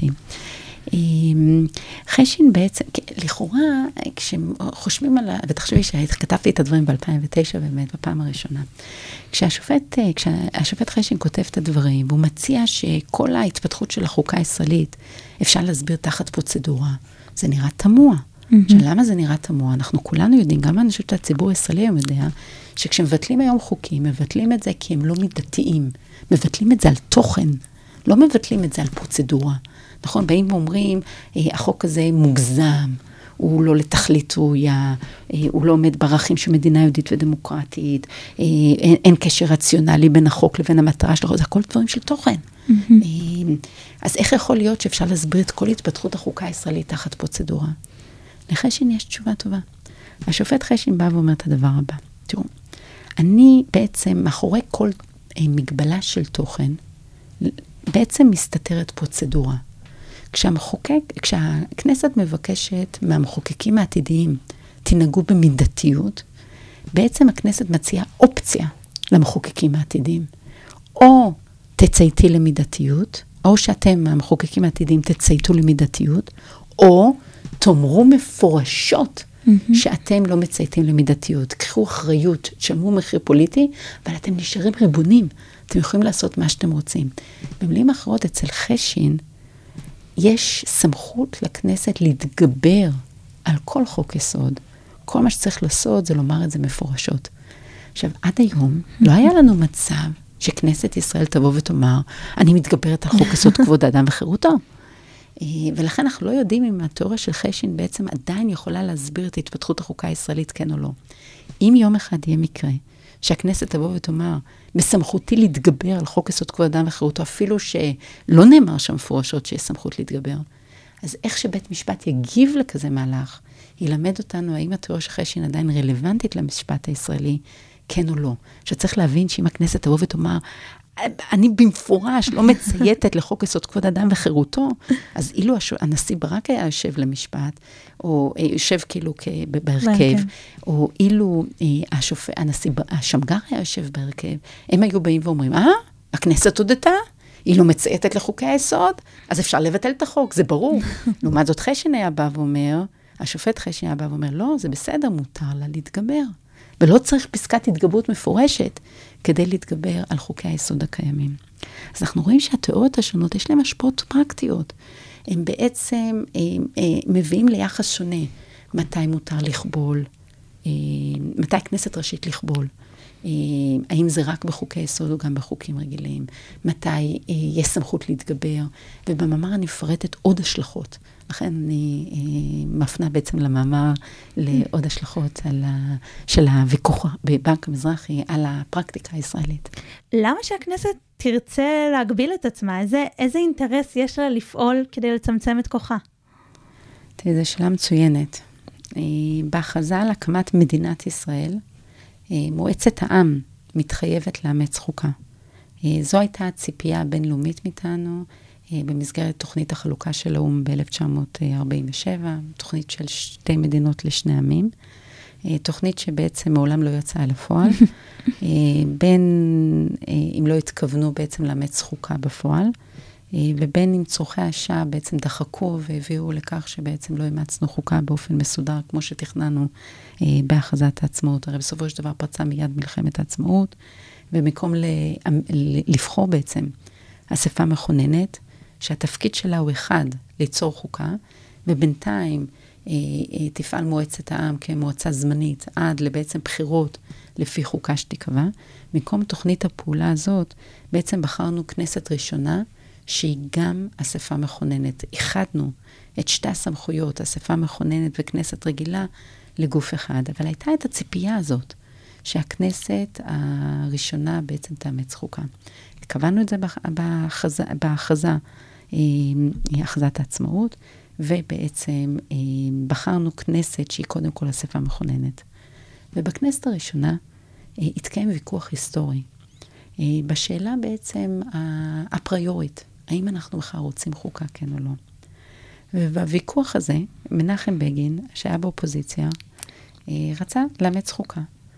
חשין בעצם, לכאורה, כשחושבים על, ותחשבי שכתבתי את הדברים ב-2009 באמת, בפעם הראשונה, כשהשופט חשין כותב את הדברים, והוא מציע שכל ההתפתחות של החוקה הישראלית אפשר להסביר תחת פרוצדורה, זה נראה תמוה. עכשיו, למה זה נראה תמוה? אנחנו כולנו יודעים, גם אני חושבת שהציבור הישראלי היום יודע, שכשמבטלים היום חוקים, מבטלים את זה כי הם לא מידתיים. מבטלים את זה על תוכן, לא מבטלים את זה על פרוצדורה. נכון? באים ואומרים, החוק הזה מוגזם, הוא לא לתכלית ראויה, הוא לא עומד בערכים של מדינה יהודית ודמוקרטית, אין קשר רציונלי בין החוק לבין המטרה שלו, זה הכל דברים של תוכן. אז איך יכול להיות שאפשר להסביר את כל התפתחות החוקה הישראלית תחת פרוצדורה? לחשין יש תשובה טובה. השופט חשין בא ואומר את הדבר הבא. תראו, אני בעצם, מאחורי כל מגבלה של תוכן, בעצם מסתתרת פרוצדורה. כשהכנסת מבקשת מהמחוקקים העתידיים, תנהגו במידתיות, בעצם הכנסת מציעה אופציה למחוקקים העתידיים. או תצייתי למידתיות, או שאתם, המחוקקים העתידיים, תצייתו למידתיות, או תאמרו מפורשות שאתם לא מצייתים למידתיות. קחו אחריות, תשלמו מחיר פוליטי, אבל אתם נשארים ריבונים. אתם יכולים לעשות מה שאתם רוצים. במילים אחרות, אצל חשין, יש סמכות לכנסת להתגבר על כל חוק יסוד. כל מה שצריך לעשות זה לומר את זה מפורשות. עכשיו, עד היום לא היה לנו מצב שכנסת ישראל תבוא ותאמר, אני מתגברת על חוק יסוד כבוד האדם וחירותו. ולכן אנחנו לא יודעים אם התיאוריה של חשין בעצם עדיין יכולה להסביר את התפתחות החוקה הישראלית, כן או לא. אם יום אחד יהיה מקרה שהכנסת תבוא ותאמר, בסמכותי להתגבר על חוק יסוד כבוד האדם וחירותו, אפילו שלא נאמר שם מפורשות שיש סמכות להתגבר, אז איך שבית משפט יגיב לכזה מהלך, ילמד אותנו האם התיאוריה של חשין עדיין רלוונטית למשפט הישראלי, כן או לא. שצריך להבין שאם הכנסת תבוא ותאמר, אני במפורש לא מצייתת לחוק יסוד כבוד אדם וחירותו, אז אילו הנשיא ברק היה יושב למשפט, או יושב כאילו בהרכב, או אילו הנשיא שמגר היה יושב בהרכב, הם היו באים ואומרים, הכנסת הודתה, היא לא מצייתת לחוקי היסוד, אז אפשר לבטל את החוק, זה ברור. לעומת זאת חשין היה בא ואומר, השופט חשין היה בא ואומר, לא, זה בסדר, מותר לה להתגבר. ולא צריך פסקת התגברות מפורשת כדי להתגבר על חוקי היסוד הקיימים. אז אנחנו רואים שהתיאוריות השונות יש להן השפעות פרקטיות. הם בעצם מביאים ליחס שונה מתי מותר לכבול, מתי כנסת ראשית לכבול. האם זה רק בחוקי יסוד או גם בחוקים רגילים? מתי יש סמכות להתגבר? ובמאמר אני מפרטת עוד השלכות לכן אני מפנה בעצם למאמר לעוד השלכות של הוויכוח בבנק המזרחי על הפרקטיקה הישראלית. למה שהכנסת תרצה להגביל את עצמה? איזה אינטרס יש לה לפעול כדי לצמצם את כוחה? זו שאלה מצוינת. בהכרזה על הקמת מדינת ישראל, מועצת העם מתחייבת לאמץ חוקה. זו הייתה הציפייה הבינלאומית מאיתנו, במסגרת תוכנית החלוקה של האו"ם ב-1947, תוכנית של 2 מדינות לשני עמים, תוכנית שבעצם מעולם לא יצאה לפועל, בין אם לא התכוונו בעצם לאמץ חוקה בפועל, ובין אם צורכי השעה בעצם דחקו והביאו לכך שבעצם לא אימצנו חוקה באופן מסודר, כמו שתכננו בהכרזת העצמאות. הרי בסופו של דבר פרצה מיד מלחמת העצמאות, במקום לבחור בעצם אספה מכוננת, שהתפקיד שלה הוא אחד, ליצור חוקה, ובינתיים תפעל מועצת העם כמועצה זמנית, עד לבעצם בחירות לפי חוקה שתיקבע. במקום תוכנית הפעולה הזאת, בעצם בחרנו כנסת ראשונה, שהיא גם אספה מכוננת. איחדנו את 2 הסמכויות, אספה מכוננת וכנסת רגילה, לגוף אחד. אבל הייתה את הציפייה הזאת, שהכנסת הראשונה בעצם תאמץ חוקה. קבענו את זה בהכרזה, הכרזת העצמאות, ובעצם בחרנו כנסת שהיא קודם כל אספה מכוננת. ובכנסת הראשונה התקיים ויכוח היסטורי, בשאלה בעצם הפריורית, האם אנחנו בכלל רוצים חוקה, כן או לא. ובוויכוח הזה, מנחם בגין, שהיה באופוזיציה, רצה לאמץ חוקה.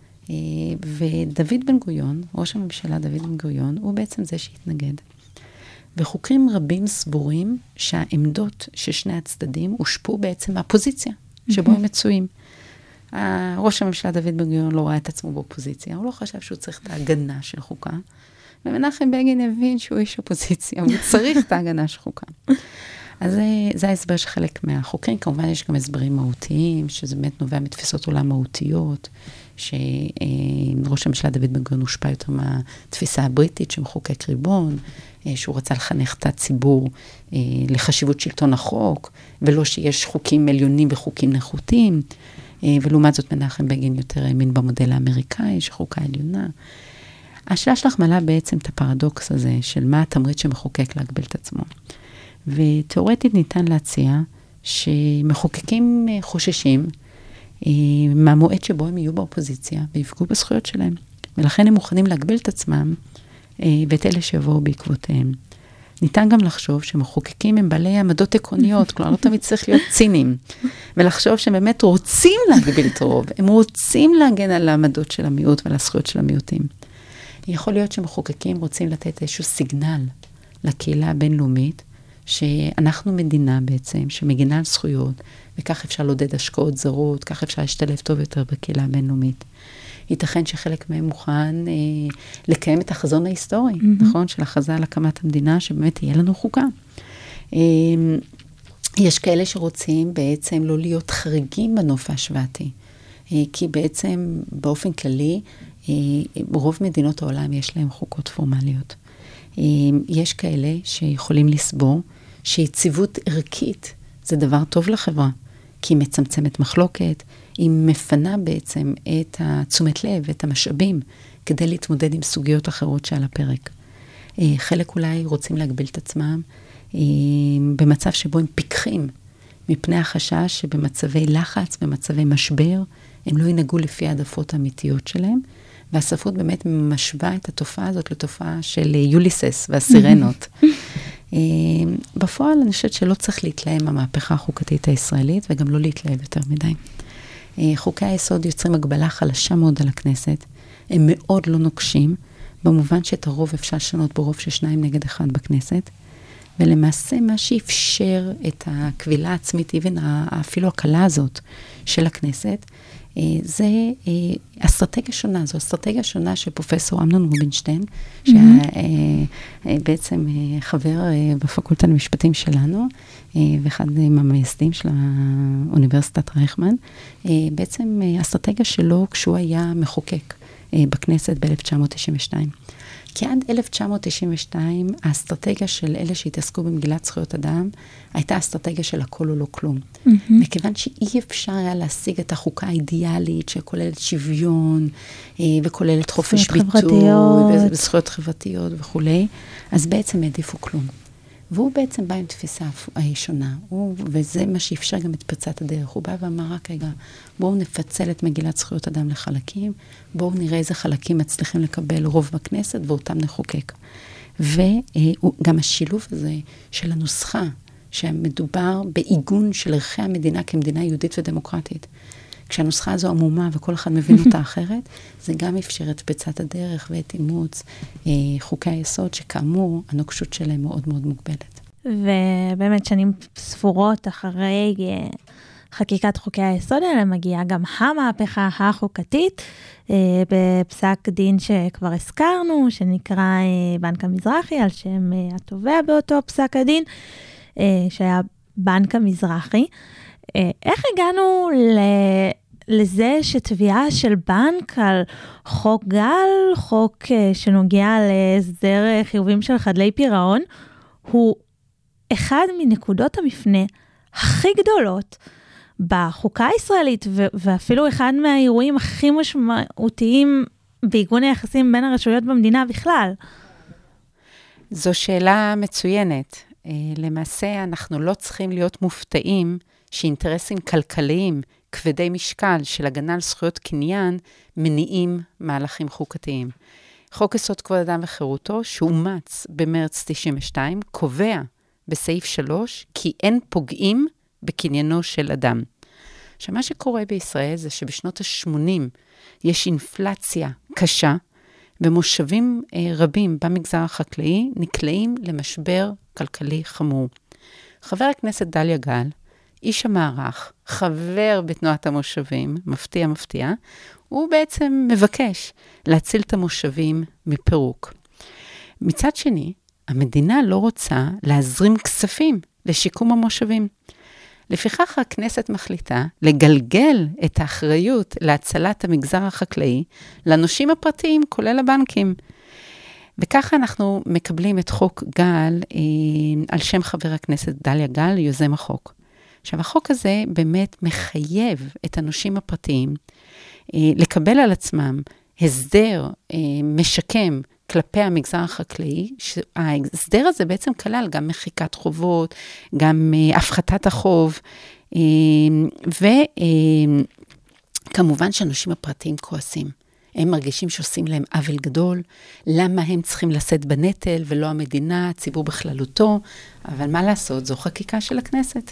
ודוד בן גוריון, ראש הממשלה דוד בן גוריון, הוא בעצם זה שהתנגד. וחוקרים רבים סבורים שהעמדות של שני הצדדים הושפעו בעצם מהפוזיציה שבו הם מצויים. ראש הממשלה דוד בן גוריון לא ראה את עצמו באופוזיציה, הוא לא חשב שהוא צריך את ההגנה של חוקה, ומנחם בגין הבין שהוא איש אופוזיציה, הוא צריך את ההגנה של חוקה. אז זה ההסבר של חלק מהחוקרים. כמובן יש גם הסברים מהותיים, שזה באמת נובע מתפיסות עולם מהותיות, שראש הממשלה דוד בן גוריון הושפע יותר מהתפיסה הבריטית, שמחוקק ריבון, שהוא רצה לחנך את הציבור לחשיבות שלטון החוק, ולא שיש חוקים עליונים וחוקים נחותים, ולעומת זאת מנחם בגין יותר האמין במודל האמריקאי, שחוקה עליונה. השאלה שלך מעלה בעצם את הפרדוקס הזה, של מה התמריץ שמחוקק להגביל את עצמו. ותיאורטית ניתן להציע שמחוקקים חוששים מהמועד שבו הם יהיו באופוזיציה ויפגעו בזכויות שלהם. ולכן הם מוכנים להגביל את עצמם ואת אלה שיבואו בעקבותיהם. ניתן גם לחשוב שמחוקקים הם בעלי עמדות עקרוניות, כלומר לא תמיד צריך להיות ציניים, ולחשוב שהם באמת רוצים להגביל את הרוב, הם רוצים להגן על העמדות של המיעוט ועל הזכויות של המיעוטים. יכול להיות שמחוקקים רוצים לתת איזשהו סיגנל לקהילה הבינלאומית, שאנחנו מדינה בעצם, שמגינה על זכויות, וכך אפשר לעודד השקעות זרות, כך אפשר להשתלב טוב יותר בקהילה הבינלאומית. ייתכן שחלק מהם מוכן לקיים את החזון ההיסטורי, נכון? של הכרזה על הקמת המדינה, שבאמת תהיה לנו חוקה. יש כאלה שרוצים בעצם לא להיות חריגים בנוף ההשוואתי, כי בעצם באופן כללי, ברוב מדינות העולם יש להם חוקות פורמליות. יש כאלה שיכולים לסבור שיציבות ערכית זה דבר טוב לחברה, כי היא מצמצמת מחלוקת, היא מפנה בעצם את התשומת לב, את המשאבים, כדי להתמודד עם סוגיות אחרות שעל הפרק. חלק אולי רוצים להגביל את עצמם במצב שבו הם פיקחים, מפני החשש שבמצבי לחץ, במצבי משבר, הם לא ינהגו לפי העדפות האמיתיות שלהם, והספרות באמת משווה את התופעה הזאת לתופעה של יוליסס והסירנות. בפועל אני חושבת שלא צריך להתלהם המהפכה החוקתית הישראלית, וגם לא להתלהב יותר מדי. חוקי היסוד יוצרים הגבלה חלשה מאוד על הכנסת, הם מאוד לא נוקשים, במובן שאת הרוב אפשר לשנות ברוב של 2 נגד 1 בכנסת, ולמעשה מה שאפשר את הקבילה העצמית, אפילו הקלה הזאת של הכנסת, זה אסטרטגיה שונה, זו אסטרטגיה שונה של פרופסור אמנון רובינשטיין, שבעצם חבר בפקולטה למשפטים שלנו, ואחד מהמייסדים של האוניברסיטת רייכמן, בעצם אסטרטגיה שלו כשהוא היה מחוקק בכנסת ב-1992. כי עד 1992, האסטרטגיה של אלה שהתעסקו במגילת זכויות אדם, הייתה אסטרטגיה של הכל או לא כלום. מכיוון שאי אפשר היה להשיג את החוקה האידיאלית, שכוללת שוויון, וכוללת חופש ביטוי, וזכויות חברתיות וכו', אז בעצם העדיפו כלום. והוא בעצם בא עם תפיסה שונה, וזה מה שאפשר גם את פרצת הדרך. הוא בא ואמר רק רגע, בואו נפצל את מגילת זכויות אדם לחלקים, בואו נראה איזה חלקים מצליחים לקבל רוב בכנסת, ואותם נחוקק. וגם השילוב הזה של הנוסחה, שמדובר בעיגון של ערכי המדינה כמדינה יהודית ודמוקרטית. כשהנוסחה הזו עמומה וכל אחד מבין אותה אחרת, זה גם אפשר את פרצת הדרך ואת אימוץ חוקי היסוד, שכאמור, הנוקשות שלהם מאוד מאוד מוגבלת. ובאמת שנים ספורות אחרי חקיקת חוקי היסוד האלה, מגיעה גם המהפכה החוקתית, בפסק דין שכבר הזכרנו, שנקרא בנק המזרחי, על שם התובע באותו פסק הדין, שהיה בנק המזרחי. איך הגענו לזה שתביעה של בנק על חוק גל, חוק שנוגע להסדר חיובים של חדלי פירעון, הוא אחד מנקודות המפנה הכי גדולות בחוקה הישראלית, ואפילו אחד מהאירועים הכי משמעותיים בעיגון היחסים בין הרשויות במדינה בכלל? זו שאלה מצוינת. למעשה אנחנו לא צריכים להיות מופתעים שאינטרסים כלכליים כבדי משקל של הגנה על זכויות קניין מניעים מהלכים חוקתיים. חוק יסוד כבוד אדם וחירותו, שאומץ במרץ 92, קובע בסעיף 3 כי אין פוגעים בקניינו של אדם. עכשיו, מה שקורה בישראל זה שבשנות ה-80 יש אינפלציה קשה, ומושבים רבים במגזר החקלאי נקלעים למשבר כלכלי חמור. חבר הכנסת דליה גל, איש המערך, חבר בתנועת המושבים, מפתיע, הוא בעצם מבקש להציל את המושבים מפירוק. מצד שני, המדינה לא רוצה להזרים כספים לשיקום המושבים. לפיכך הכנסת מחליטה לגלגל את האחריות להצלת המגזר החקלאי לנושים הפרטיים, כולל הבנקים. וככה אנחנו מקבלים את חוק גל על שם חבר הכנסת דליה גל, יוזם החוק. עכשיו, החוק הזה באמת מחייב את הנושים הפרטיים לקבל על עצמם הסדר משקם כלפי המגזר החקלאי. ההסדר הזה בעצם כלל גם מחיקת חובות, גם הפחתת החוב, וכמובן שהנושים הפרטיים כועסים. הם מרגישים שעושים להם עוול גדול, למה הם צריכים לשאת בנטל ולא המדינה, הציבור בכללותו, אבל מה לעשות, זו חקיקה של הכנסת.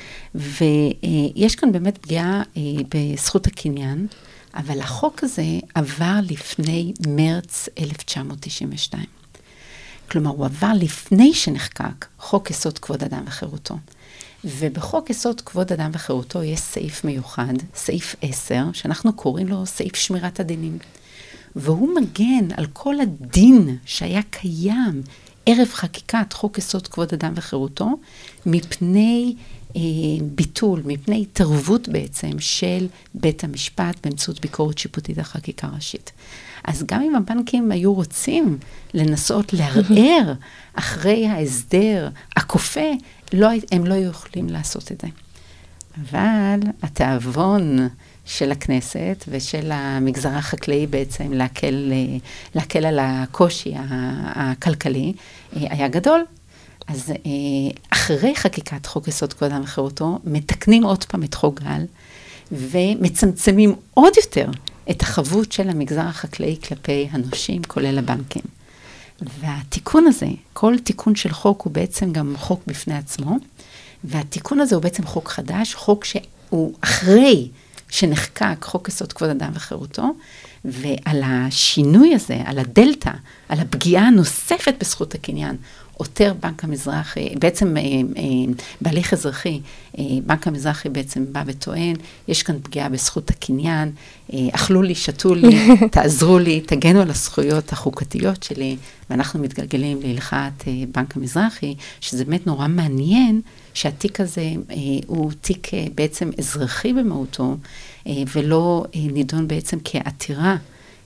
ויש כאן באמת פגיעה בזכות הקניין, אבל החוק הזה עבר לפני מרץ 1992. כלומר, הוא עבר לפני שנחקק חוק יסוד כבוד אדם וחירותו. ובחוק יסוד כבוד אדם וחירותו יש סעיף מיוחד, סעיף 10, שאנחנו קוראים לו סעיף שמירת הדינים. והוא מגן על כל הדין שהיה קיים ערב חקיקת חוק יסוד כבוד אדם וחירותו, מפני ביטול, מפני התערבות בעצם של בית המשפט באמצעות ביקורת שיפוטית החקיקה ראשית. אז גם אם הבנקים היו רוצים לנסות לערער אחרי ההסדר הכופה, הם לא יכולים לעשות את זה. אבל התאבון של הכנסת ושל המגזר החקלאי בעצם להקל על הקושי הכלכלי היה גדול. אז אחרי חקיקת חוק יסוד כבוד אדם וחירותו, מתקנים עוד פעם את חוק גל, ומצמצמים עוד יותר את החבות של המגזר החקלאי כלפי הנושים, כולל הבנקים. והתיקון הזה, כל תיקון של חוק הוא בעצם גם חוק בפני עצמו, והתיקון הזה הוא בעצם חוק חדש, חוק שהוא אחרי שנחקק חוק יסוד כבוד אדם וחירותו, ועל השינוי הזה, על הדלטה, על הפגיעה הנוספת בזכות הקניין, עותר בנק המזרחי, בעצם בהליך אזרחי, בנק המזרחי בעצם בא וטוען, יש כאן פגיעה בזכות הקניין, אכלו לי, שתו לי, תעזרו לי, תגנו על הזכויות החוקתיות שלי, ואנחנו מתגלגלים להלכת בנק המזרחי, שזה באמת נורא מעניין, שהתיק הזה הוא תיק בעצם אזרחי במהותו, ולא נידון בעצם כעתירה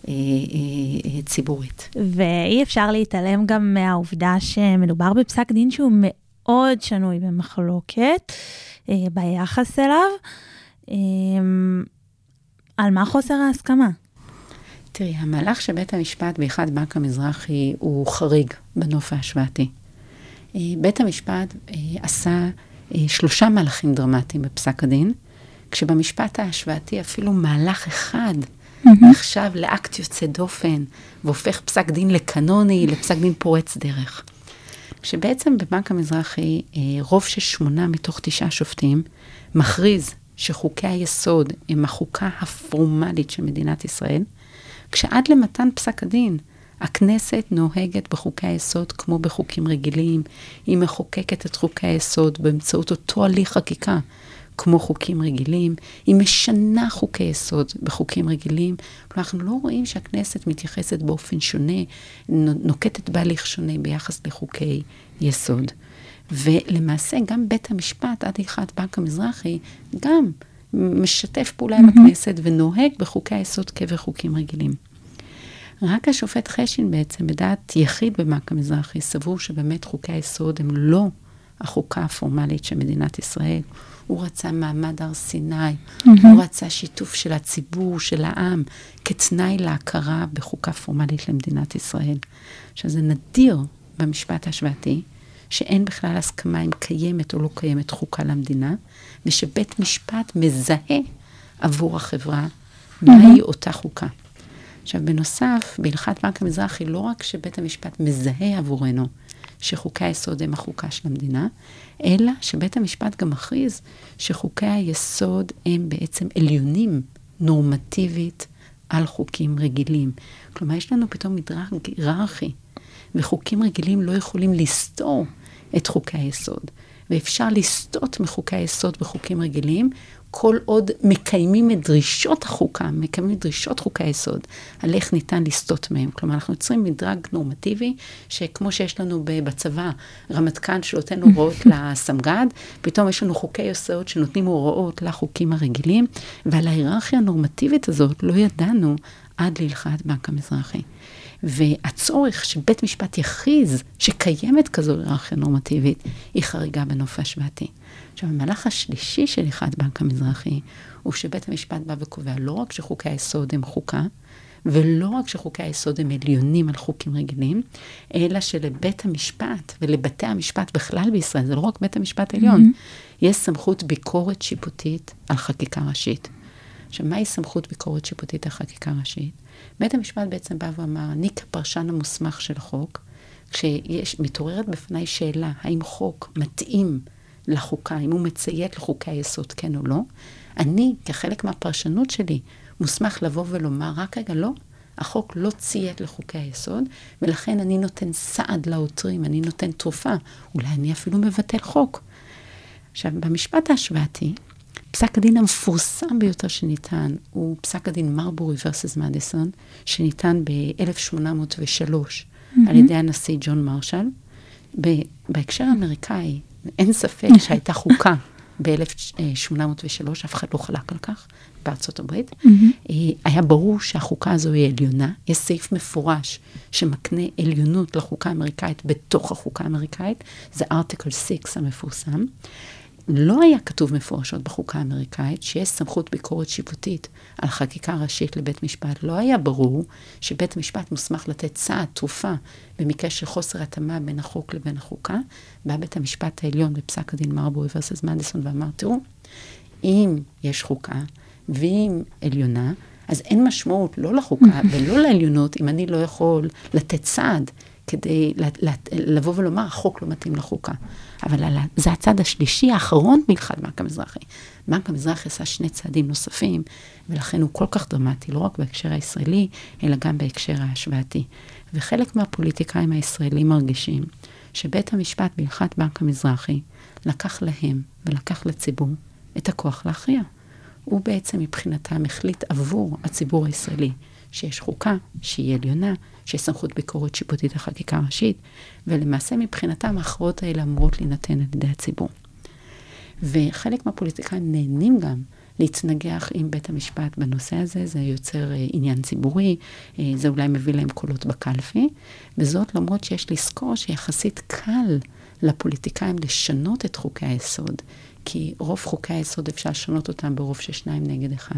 ציבורית. ואי אפשר להתעלם גם מהעובדה שמדובר בפסק דין שהוא מאוד שנוי במחלוקת ביחס אליו. על מה חוסר ההסכמה? תראי, המהלך שבית המשפט בהלכת בנק המזרחי הוא חריג בנוף ההשוואתי. בית המשפט עשה 3 מהלכים דרמטיים בפסק הדין, כשבמשפט ההשוואתי אפילו מהלך אחד נחשב לאקט יוצא דופן, והופך פסק דין לקנוני, לפסק דין פורץ דרך. כשבעצם בבנק המזרחי רוב של 8 מתוך 9 שופטים מכריז שחוקי היסוד הם החוקה הפורמלית של מדינת ישראל, כשעד למתן פסק הדין, הכנסת נוהגת בחוקי היסוד כמו בחוקים רגילים, היא מחוקקת את חוקי היסוד באמצעות אותו הליך חקיקה כמו חוקים רגילים, היא משנה חוקי יסוד בחוקים רגילים, כלומר אנחנו לא רואים שהכנסת מתייחסת באופן שונה, נוקטת בהליך שונה ביחס לחוקי יסוד. ולמעשה גם בית המשפט עד הלכת בנק המזרחי גם משתף פעולה עם הכנסת ונוהג בחוקי היסוד כבחוקים רגילים. רק השופט חשין בעצם בדעת יחיד בבנק המזרחי סבור שבאמת חוקי היסוד הם לא החוקה הפורמלית של מדינת ישראל. הוא רצה מעמד הר סיני, הוא רצה שיתוף של הציבור, של העם, כתנאי להכרה בחוקה פורמלית למדינת ישראל. עכשיו זה נדיר במשפט ההשוואתי, שאין בכלל הסכמה אם קיימת או לא קיימת חוקה למדינה, ושבית משפט מזהה עבור החברה מהי אותה חוקה. עכשיו בנוסף, בהלכת בנק המזרחי, לא רק שבית המשפט מזהה עבורנו שחוקי היסוד הם החוקה של המדינה, אלא שבית המשפט גם מכריז שחוקי היסוד הם בעצם עליונים נורמטיבית על חוקים רגילים. כלומר, יש לנו פתאום מדרג היררכי, וחוקים רגילים לא יכולים לסתור את חוקי היסוד. ואפשר לסטות מחוקי היסוד בחוקים רגילים, כל עוד מקיימים את דרישות החוקה, מקיימים את דרישות חוקי היסוד, על איך ניתן לסטות מהם. כלומר, אנחנו יוצרים מדרג נורמטיבי, שכמו שיש לנו בצבא, רמטכ"ל שנותן הוראות לסמג"ד, פתאום יש לנו חוקי יסוד שנותנים הוראות לחוקים הרגילים, ועל ההיררכיה הנורמטיבית הזאת לא ידענו עד להלכת בנק המזרחי. והצורך שבית משפט יכריז שקיימת כזו היררכיה נורמטיבית, היא חריגה בנוף ההשוואתי. עכשיו, המהלך השלישי של הלכת בנק המזרחי, הוא שבית המשפט בא וקובע לא רק שחוקי היסוד הם חוקה, ולא רק שחוקי היסוד הם עליונים על חוקים רגילים, אלא שלבית המשפט ולבתי המשפט בכלל בישראל, זה לא רק בית המשפט העליון, יש סמכות ביקורת שיפוטית על חקיקה ראשית. עכשיו, מהי סמכות ביקורת שיפוטית על חקיקה ראשית? בית המשפט בעצם בא ואמר, אני כפרשן המוסמך של חוק, מתעוררת בפני שאלה, האם חוק מתאים לחוקה, אם הוא מציית לחוקי היסוד, כן או לא, אני, כחלק מהפרשנות שלי, מוסמך לבוא ולומר, רק רגע, לא, החוק לא ציית לחוקי היסוד, ולכן אני נותן סעד לעותרים, אני נותן תרופה, אולי אני אפילו מבטל חוק. עכשיו, במשפט ההשוואתי, פסק הדין המפורסם ביותר שניתן, הוא פסק הדין מרבורי versus מדיסון, שניתן ב-1803 על ידי הנשיא ג'ון מרשל. בהקשר האמריקאי, אין ספק שהייתה חוקה ב-1803, אף אחד לא חלק על כך, בארצות הברית. היה ברור שהחוקה הזו היא עליונה. יש סעיף מפורש שמקנה עליונות לחוקה האמריקאית בתוך החוקה האמריקאית. זה ארטיקל 6 המפורסם. לא היה כתוב מפורשות בחוקה האמריקאית שיש סמכות ביקורת שיפוטית על חקיקה ראשית לבית משפט. לא היה ברור שבית משפט מוסמך לתת סעד, תרופה, במקרה של חוסר התאמה בין החוק לבין החוקה. בא בית המשפט העליון בפסק הדין מרבורי versus מדיסון ואמר, תראו, אם יש חוקה ואם עליונה, אז אין משמעות לא לחוקה ולא לעליונות אם אני לא יכול לתת סעד כדי לבוא ולומר, החוק לא מתאים לחוקה. אבל זה הצד השלישי האחרון בהלכת בנק המזרחי. בנק המזרחי עשה 2 צעדים נוספים, ולכן הוא כל כך דרמטי, לא רק בהקשר הישראלי, אלא גם בהקשר ההשוואתי. וחלק מהפוליטיקאים הישראלים מרגישים שבית המשפט בהלכת בנק המזרחי לקח להם ולקח לציבור את הכוח להכריע. הוא בעצם מבחינתם החליט עבור הציבור הישראלי שיש חוקה, שהיא עליונה, שיש סמכות ביקורת שיפוטית לחקיקה ראשית, ולמעשה מבחינתם ההכרעות האלה אמורות להינתן על ידי הציבור. וחלק מהפוליטיקאים נהנים גם להתנגח עם בית המשפט בנושא הזה, זה יוצר עניין ציבורי, זה אולי מביא להם קולות בקלפי, וזאת למרות שיש לזכור שיחסית קל לפוליטיקאים לשנות את חוקי היסוד, כי רוב חוקי היסוד אפשר לשנות אותם ברוב של 2-1.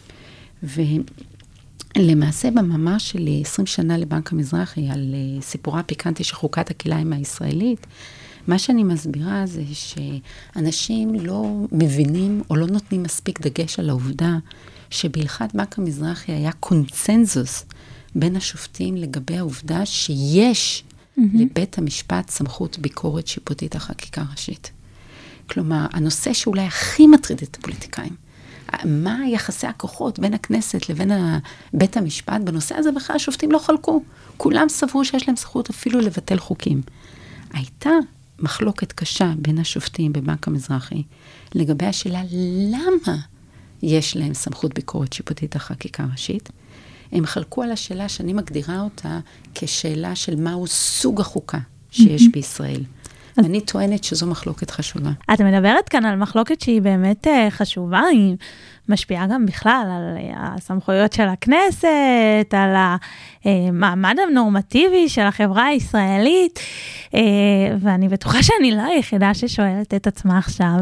ולמעשה במאמר שלי 20 שנה לבנק המזרחי על סיפורה הפיקנטי של חוקת הכלאיים הישראלית, מה שאני מסבירה זה שאנשים לא מבינים או לא נותנים מספיק דגש על העובדה שבהלכת בנק המזרחי היה קונצנזוס בין השופטים לגבי העובדה שיש לבית המשפט סמכות ביקורת שיפוטית על חקיקה ראשית. כלומר, הנושא שאולי הכי מטריד את הפוליטיקאים, מה יחסי הכוחות בין הכנסת לבין בית המשפט, בנושא הזה בכלל השופטים לא חלקו. כולם סברו שיש להם זכות אפילו לבטל חוקים. הייתה מחלוקת קשה בין השופטים בבנק המזרחי, לגבי השאלה למה יש להם סמכות ביקורת שיפוטית על חקיקה ראשית. הם חלקו על השאלה שאני מגדירה אותה כשאלה של מהו סוג החוקה שיש בישראל. אני טוענת שזו מחלוקת חשובה. את מדברת כאן על מחלוקת שהיא באמת חשובה, היא משפיעה גם בכלל על הסמכויות של הכנסת, על המעמד הנורמטיבי של החברה הישראלית, ואני בטוחה שאני לא היחידה ששואלת את עצמה עכשיו.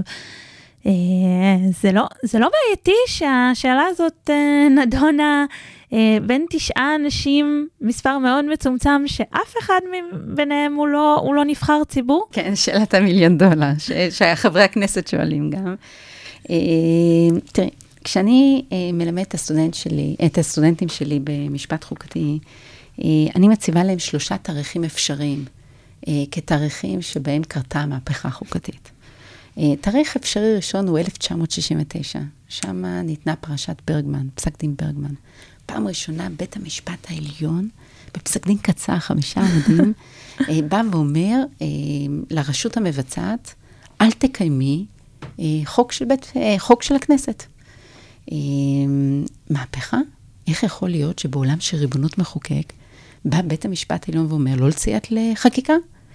זה לא בעייתי שהשאלה הזאת נדונה בין 9 אנשים, מספר מאוד מצומצם, שאף אחד ביניהם הוא לא נבחר ציבור? כן, שאלת $1 מיליון, שחברי הכנסת שואלים גם. תראי, כשאני מלמד את הסטודנטים שלי במשפט חוקתי, אני מציבה להם 3 תאריכים אפשריים, כתאריכים שבהם קרתה המהפכה החוקתית. תאריך אפשרי ראשון הוא 1969, שם ניתנה פרשת ברגמן, פסק דין ברגמן. פעם ראשונה בית המשפט העליון, בפסק דין קצר 5 עמודים, בא ואומר לרשות המבצעת, אל תקיימי חוק של הכנסת. מהפכה? איך יכול להיות שבעולם של ריבונות מחוקק, בא בית המשפט העליון ואומר, לא לציית לחקיקה?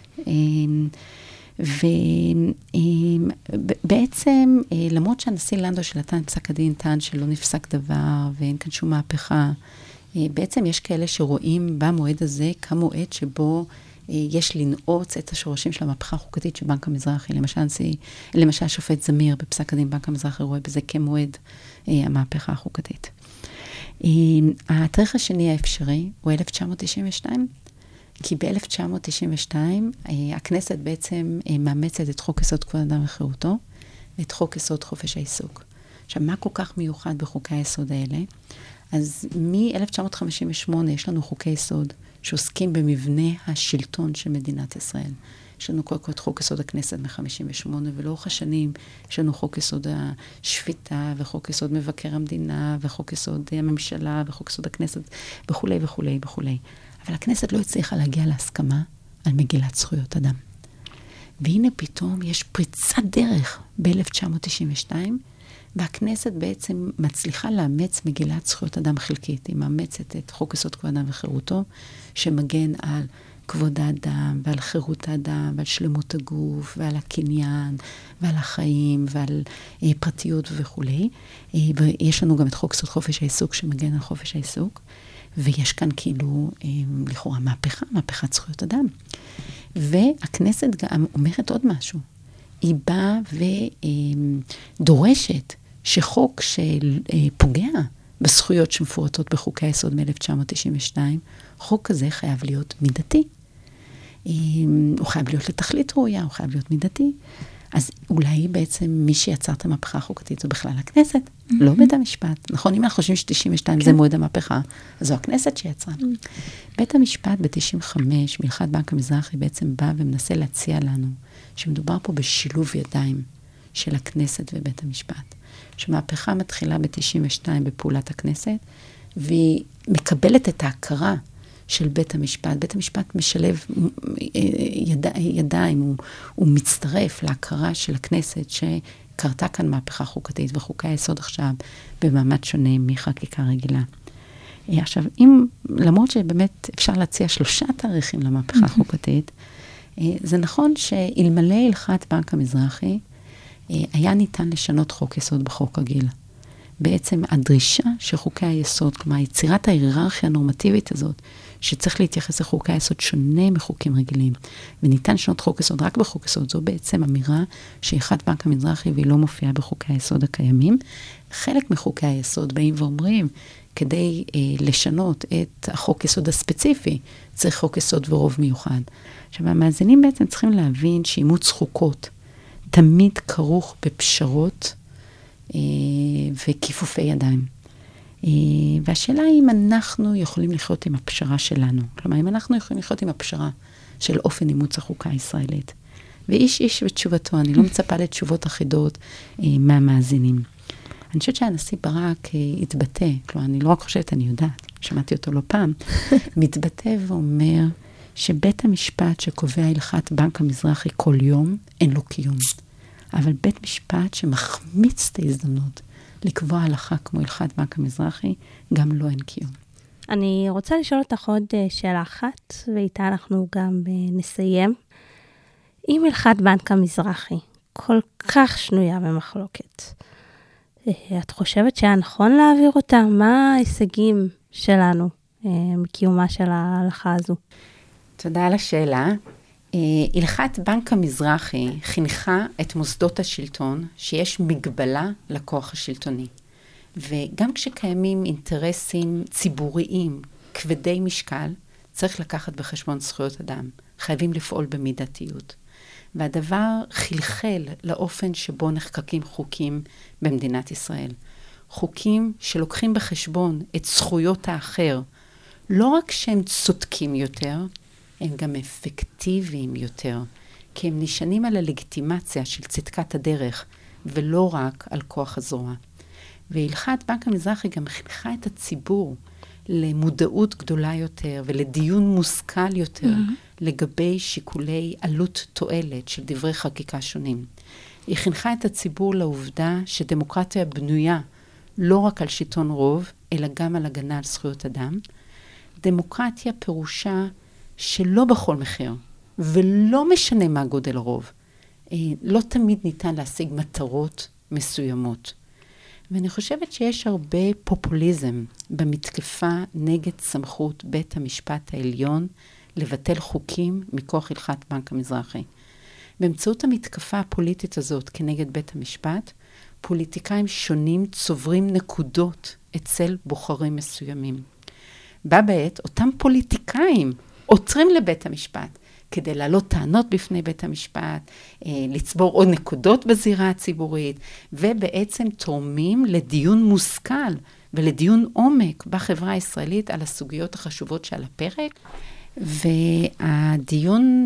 ובעצם, למרות שהנשיא לנדו שנתן פסק הדין טען שלא נפסק דבר ואין כאן שום מהפכה, בעצם יש כאלה שרואים במועד הזה כמועד שבו יש לנעוץ את השורשים של המהפכה החוקתית של בנק המזרחי. למשל השופט זמיר בפסק הדין בנק המזרחי רואה בזה כמועד המהפכה החוקתית. התאריך השני האפשרי הוא 1992, כי ב-1992 הכנסת בעצם מאמצת את חוק יסוד כבוד האדם וחירותו, ואת חוק יסוד חופש העיסוק. עכשיו, מה כל כך מיוחד בחוקי היסוד האלה? אז מ-1958 יש לנו חוקי יסוד שעוסקים במבנה השלטון של מדינת ישראל. יש לנו קודם כל את חוק יסוד הכנסת מ-58, ולאורך השנים יש לנו חוק יסוד השפיטה, וחוק יסוד מבקר המדינה, וחוק יסוד הממשלה, וחוק יסוד הכנסת, וכו' וכו' וכו'. אבל הכנסת לא הצליחה להגיע להסכמה על מגילת זכויות אדם. והנה פתאום יש פריצת דרך ב-1992, והכנסת בעצם מצליחה לאמץ מגילת זכויות אדם חלקית. היא מאמצת את חוק יסוד כבוד האדם וחירותו, שמגן על כבוד האדם, ועל חירות האדם, ועל שלמות הגוף, ועל הקניין, ועל החיים, ועל פרטיות וכו'. ויש לנו גם את חוק יסוד חופש העיסוק, שמגן על חופש העיסוק. ויש כאן כאילו, לכאורה, מהפכת זכויות אדם. והכנסת גם אומרת עוד משהו. היא באה ודורשת שחוק שפוגע בזכויות שמפורטות בחוקי היסוד מ-1992, חוק כזה חייב להיות מידתי. הוא חייב להיות לתכלית ראויה, הוא חייב להיות מידתי. אז אולי בעצם מי שיצר את המהפכה החוקתית זו בכלל הכנסת, לא בית המשפט. נכון, אם אנחנו חושבים ש-92 זה מועד המהפכה, אז זו הכנסת שיצרה. בית המשפט ב-95, מלכת בנק המזרחי, בעצם בא ומנסה להציע לנו, שמדובר פה בשילוב ידיים של הכנסת ובית המשפט. שמהפכה מתחילה ב-92 בפעולת הכנסת, והיא מקבלת את ההכרה של בית המשפט. בית המשפט משלב ידיים, הוא מצטרף להכרה של הכנסת שקרתה כאן מהפכה חוקתית, וחוקי היסוד עכשיו במעמד שונה מחקיקה רגילה. עכשיו, למרות שבאמת אפשר להציע 3 תאריכים למהפכה החוקתית, זה נכון שאלמלא הלכת בנק המזרחי, היה ניתן לשנות חוק יסוד בחוק רגיל. בעצם הדרישה של חוקי היסוד, כלומר יצירת ההיררכיה הנורמטיבית הזאת, שצריך להתייחס לחוקי היסוד שונה מחוקים רגילים, וניתן שנות חוק יסוד רק בחוק יסוד, זו בעצם אמירה שהלכת בנק המזרחי והיא לא מופיעה בחוקי היסוד הקיימים. חלק מחוקי היסוד באים ואומרים, כדי לשנות את החוק יסוד הספציפי, צריך חוק יסוד ורוב מיוחד. עכשיו, המאזינים בעצם צריכים להבין שאימוץ חוקות תמיד כרוך בפשרות וכיפופי ידיים. והשאלה היא אם אנחנו יכולים לחיות עם הפשרה שלנו. כלומר, אם אנחנו יכולים לחיות עם הפשרה של אופן אימוץ החוקה הישראלית. ואיש איש ותשובתו, אני לא מצפה לתשובות אחידות מהמאזינים. אני חושבת שהנשיא ברק התבטא, כלומר, אני לא רק חושבת, אני יודעת, שמעתי אותו לא פעם, מתבטא ואומר שבית המשפט שקובע הלכת בנק המזרחי כל יום, אין לו קיום. אבל בית משפט שמחמיץ את ההזדמנות לקבוע הלכה כמו הלכת בנק המזרחי, גם לא אין קיום. אני רוצה לשאול אותך עוד שאלה אחת, ואיתה אנחנו גם נסיים. אם הלכת בנק המזרחי כל כך שנויה במחלוקת, את חושבת שהיה נכון להעביר אותה? מה ההישגים שלנו מקיומה של ההלכה הזו? תודה על השאלה. הלכת בנק המזרחי חינכה את מוסדות השלטון שיש מגבלה לכוח השלטוני. וגם כשקיימים אינטרסים ציבוריים כבדי משקל, צריך לקחת בחשבון זכויות אדם. חייבים לפעול במידתיות. והדבר חלחל לאופן שבו נחקקים חוקים במדינת ישראל. חוקים שלוקחים בחשבון את זכויות האחר, לא רק שהם צודקים יותר, הם גם אפקטיביים יותר, כי הם נשענים על הלגיטימציה של צדקת הדרך, ולא רק על כוח הזרוע. והלכת בנק המזרחי גם חינכה את הציבור למודעות גדולה יותר, ולדיון מושכל יותר, לגבי שיקולי עלות תועלת של דברי חקיקה שונים. היא חינכה את הציבור לעובדה שדמוקרטיה בנויה לא רק על שלטון רוב, אלא גם על הגנה על זכויות אדם. דמוקרטיה פירושה שלא בכל מחיר, ולא משנה מה גודל הרוב, לא תמיד ניתן להשיג מטרות מסוימות. ואני חושבת שיש הרבה פופוליזם במתקפה נגד סמכות בית המשפט העליון לבטל חוקים מכוח הלכת בנק המזרחי. באמצעות המתקפה הפוליטית הזאת כנגד בית המשפט, פוליטיקאים שונים צוברים נקודות אצל בוחרים מסוימים. בה בעת, אותם פוליטיקאים עותרים לבית המשפט, כדי להעלות טענות בפני בית המשפט, לצבור עוד נקודות בזירה הציבורית, ובעצם תורמים לדיון מושכל ולדיון עומק בחברה הישראלית על הסוגיות החשובות שעל הפרק. והדיון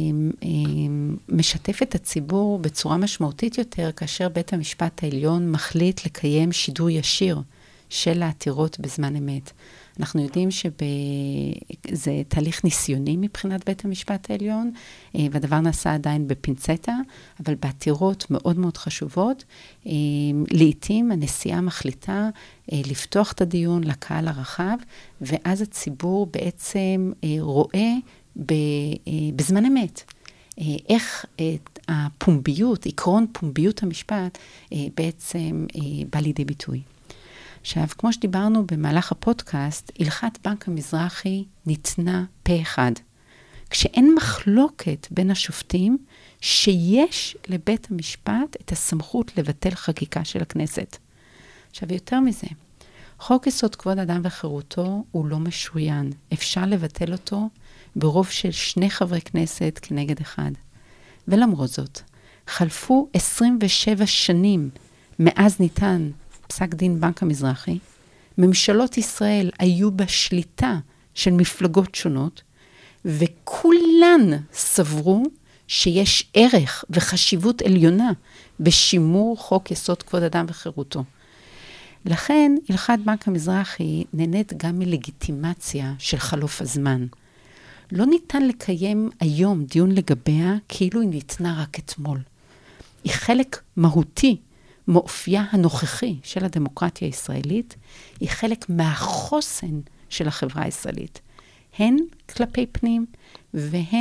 משתף את הציבור בצורה משמעותית יותר, כאשר בית המשפט העליון מחליט לקיים שידור ישיר של העתירות בזמן אמת. אנחנו יודעים שזה תהליך ניסיוני מבחינת בית המשפט העליון, והדבר נעשה עדיין בפינצטה, אבל בעתירות מאוד מאוד חשובות, לעתים הנשיאה מחליטה לפתוח את הדיון לקהל הרחב, ואז הציבור בעצם רואה בזמן אמת איך הפומביות, עקרון פומביות המשפט, בעצם בא לידי ביטוי. עכשיו, כמו שדיברנו במהלך הפודקאסט, הלכת בנק המזרחי ניתנה פה אחד. כשאין מחלוקת בין השופטים שיש לבית המשפט את הסמכות לבטל חקיקה של הכנסת. עכשיו, יותר מזה, חוק יסוד כבוד אדם וחירותו הוא לא משוריין. אפשר לבטל אותו ברוב של 2 חברי כנסת כנגד 1. ולמרות זאת, חלפו 27 שנים מאז ניתן פסק דין בנק המזרחי, ממשלות ישראל היו בשליטה של מפלגות שונות, וכולן סברו שיש ערך וחשיבות עליונה בשימור חוק יסוד כבוד אדם וחירותו. לכן, הלכת בנק המזרחי נהנית גם מלגיטימציה של חלוף הזמן. לא ניתן לקיים היום דיון לגביה כאילו היא ניתנה רק אתמול. היא חלק מהותי מאופייה הנוכחי של הדמוקרטיה הישראלית, היא חלק מהחוסן של החברה הישראלית, הן כלפי פנים והן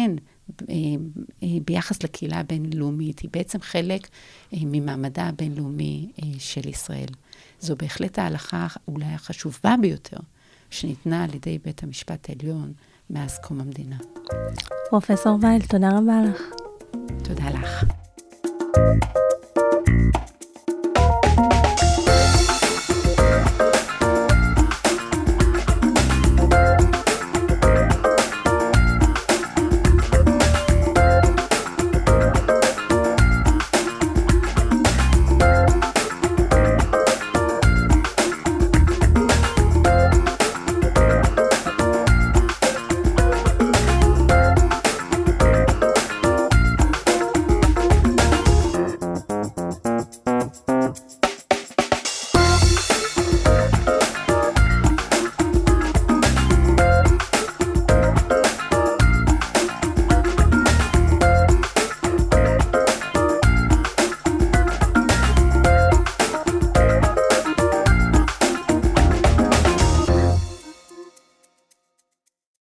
ביחס לקהילה הבינלאומית, היא בעצם חלק ממעמדה הבינלאומי של ישראל. זו בהחלט ההלכה אולי החשובה ביותר, שניתנה על ידי בית המשפט העליון מאז קום המדינה. פרופסור וייל, תודה רבה לך. תודה לך.